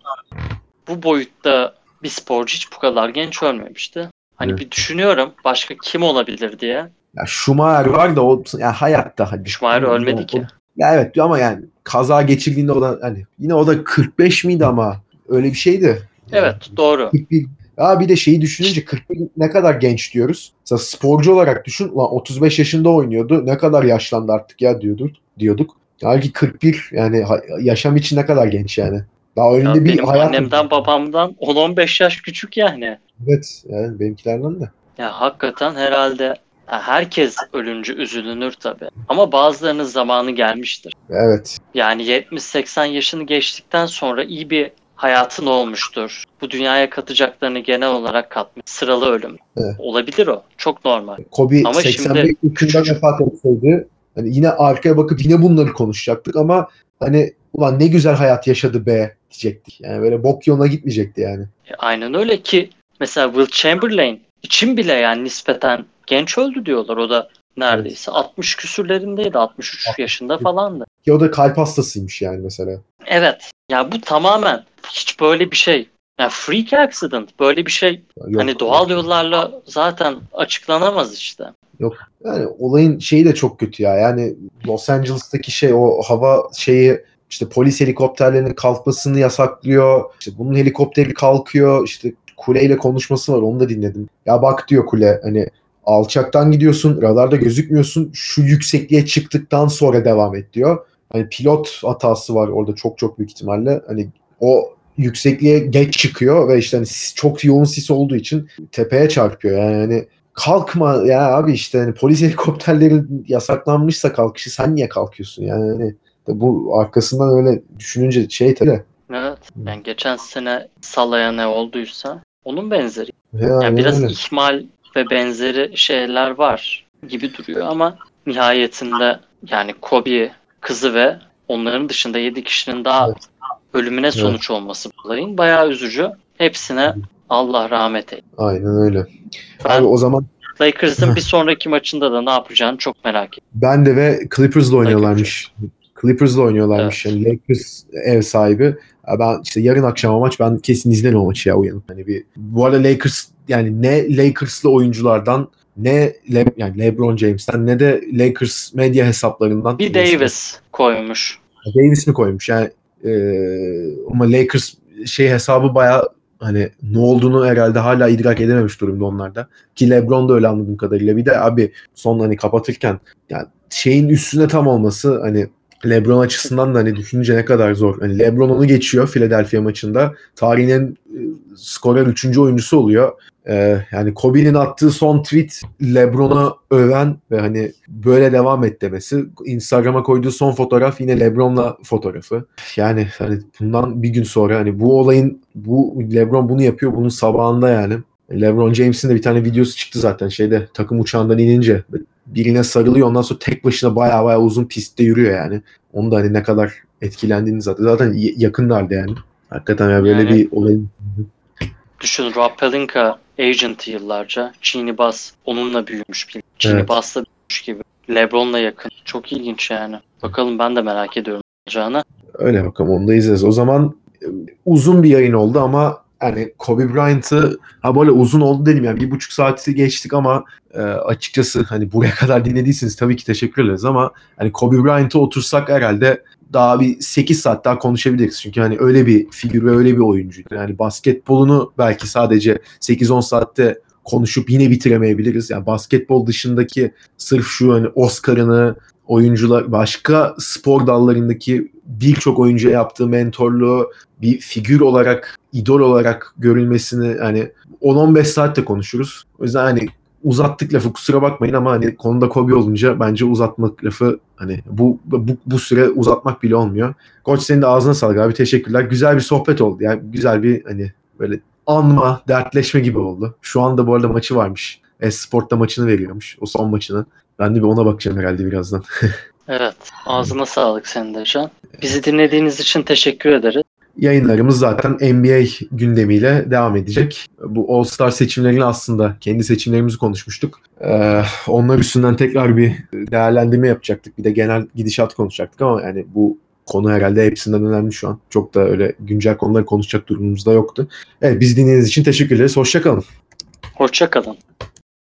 bu boyutta bir sporcu hiç bu kadar genç ölmemişti. Hani Evet. bir düşünüyorum başka kim olabilir diye. Ya Schumacher var da o ya hayatta hadi. Schumacher Tamam, ölmedi o- ki. o- ya evet ama yani kaza geçirdiğinde o da hani yine o da kırk beş miydi, ama öyle bir şeydi. Yani Evet, doğru. kırk bir. Ya bir de şeyi düşününce kırk bir ne kadar genç diyoruz. Mesela sporcu olarak düşün. Ulan otuz beş yaşında oynuyordu. Ne kadar yaşlandı artık ya diyorduk. diyorduk. Halbuki kırk bir yani ha- yaşam için ne kadar genç yani. Daha önünde Ya bir benim hayat var. annemden babamdan on on beş yaş küçük yani. Evet yani benimkilerden de. Ya hakikaten herhalde ya herkes ölünce üzülünür tabii. Ama bazılarının zamanı gelmiştir. Evet. Yani yetmiş seksen yaşını geçtikten sonra iyi bir hayatın olmuştur. Bu dünyaya katacaklarını genel olarak katmış. Sıralı ölüm. Evet. Olabilir o. Çok normal. Kobe Ama seksen beş şimdi yaşında küçücük. vefat etseydi hani yine arkaya bakıp yine bunları konuşacaktık, ama hani ulan ne güzel hayat yaşadı be diyecektik. Yani böyle bok yoluna gitmeyecekti yani. E, Aynen öyle ki mesela Will Chamberlain için bile yani nispeten genç öldü diyorlar. O da Evet. neredeyse altmış küsürlerindeydi. altmış üç yaşında falandı. Ki o da kalp hastasıymış yani mesela. Evet. Ya bu tamamen hiç böyle bir şey. Yani freak accident. Böyle bir şey Yok, hani doğal yok. yollarla zaten açıklanamaz işte. Yok. Yani olayın şeyi de çok kötü ya. Yani Los Angeles'taki şey, o hava şeyi, işte polis helikopterlerinin kalkmasını yasaklıyor. İşte bunun helikopteri kalkıyor. İşte kuleyle konuşması var. Onu da dinledim. Ya bak diyor kule, hani alçaktan gidiyorsun, radarda gözükmüyorsun. Şu yüksekliğe çıktıktan sonra devam et diyor. Hani pilot hatası var orada çok çok büyük ihtimalle. Hani o yüksekliğe geç çıkıyor ve işte hani sis- çok yoğun sis olduğu için tepeye çarpıyor. Yani hani kalkma ya abi, işte hani polis helikopterleri yasaklanmışsa kalkışı, sen niye kalkıyorsun yani hani bu arkasından öyle düşününce şey tabii. Evet. Yani geçen sene Salah'a ne olduysa onun benzeri. Ya, Yani aynen biraz öyle. ihmal ve benzeri şeyler var gibi duruyor ama nihayetinde yani Kobe, kızı ve onların dışında yedi kişinin daha Evet, ölümüne evet. sonuç olması bu olayın bayağı üzücü. Hepsine Allah rahmet eylesin. Aynen öyle. Abi Ben o zaman Lakers'ın bir sonraki maçında da ne yapacağını çok merak ediyorum. ben de ve Clippers'la Da göreceğiz. oynuyorlarmış. Clippers'la oynuyorlarmış. Evet. Yani Lakers ev sahibi. Ya ben işte yarın akşam o maç, ben kesin izlerim o maçı ya uyanıp. Hani bir bu arada Lakers, yani ne Lakers'lı oyunculardan, ne Le, yani LeBron James'ten, ne de Lakers medya hesaplarından Bir hani Davis koymuş. Davis mi koymuş yani, e, ama Lakers şey hesabı baya hani ne olduğunu herhalde hala idrak edememiş durumda onlarda. Ki LeBron da öyle anladığım kadarıyla. Bir de abi son hani kapatırken yani şeyin üstüne tam olması, hani LeBron açısından da hani düşününce ne kadar zor. Hani LeBron onu geçiyor Philadelphia maçında. Tarihin en e, skorer üçüncü oyuncusu oluyor. Ee, yani Kobe'nin attığı son tweet LeBron'a öven ve hani böyle devam et demesi. Instagram'a koyduğu son fotoğraf yine LeBron'la fotoğrafı. Yani hani bundan bir gün sonra hani bu olayın bu LeBron bunu yapıyor bunun sabahında yani. LeBron James'in de bir tane videosu çıktı zaten şeyde takım uçağından inince birine sarılıyor ondan sonra tek başına bayağı bayağı uzun pistte yürüyor yani. Onu da hani ne kadar etkilendiğini zaten zaten y- yakınlardı yani. Hakikaten ya böyle Yani bir olayın. düşün, Rob Pelinka agent'ı yıllarca. Genie Bass onunla büyümüş. Bir Genie Evet. Bass'la büyümüş gibi. LeBron'la yakın. Çok ilginç yani. Bakalım, ben de merak ediyorum olacağını. Öyle bakalım onu da izleriz. O zaman e, uzun bir yayın oldu ama hani Kobe Bryant'ı ha böyle uzun oldu dedim yani bir buçuk saati geçtik ama e, açıkçası hani buraya kadar dinlediyseniz tabii ki teşekkür ederiz ama hani Kobe Bryant'ı otursak herhalde daha bir sekiz saat daha konuşabiliriz. Çünkü hani öyle bir figür ve öyle bir oyuncuydu. Yani basketbolunu belki sadece sekiz on saatte konuşup yine bitiremeyebiliriz. Yani basketbol dışındaki sırf şu hani Oscar'ını oyuncular başka spor dallarındaki birçok oyuncuya yaptığı mentorluğu bir figür olarak, idol olarak görülmesini hani on on beş saatte konuşuruz. O yüzden hani uzattık lafı kusura bakmayın ama hani konuda Kobe olunca bence uzatmak lafı hani bu bu, bu süre uzatmak bile olmuyor. Koç senin de ağzına sağlık abi teşekkürler. Güzel bir sohbet oldu. Yani güzel bir hani böyle anma, dertleşme gibi oldu. Şu anda bu arada maçı varmış. Esport'ta maçını veriyormuş. O son maçını. Ben de bir ona bakacağım herhalde birazdan. Evet. Ağzına sağlık senin de Can. Bizi dinlediğiniz için teşekkür ederiz. Yayınlarımız zaten N B A gündemiyle devam edecek. Bu All-Star seçimlerini aslında kendi seçimlerimizi konuşmuştuk. Ee, onlar üstünden tekrar bir değerlendirme yapacaktık. Bir de genel gidişat konuşacaktık ama yani bu konu herhalde hepsinden önemli şu an. Çok da öyle güncel konuları konuşacak durumumuz da yoktu. Evet biz dinlediğiniz için teşekkür ederiz. Hoşça kalın. Hoşça kalın.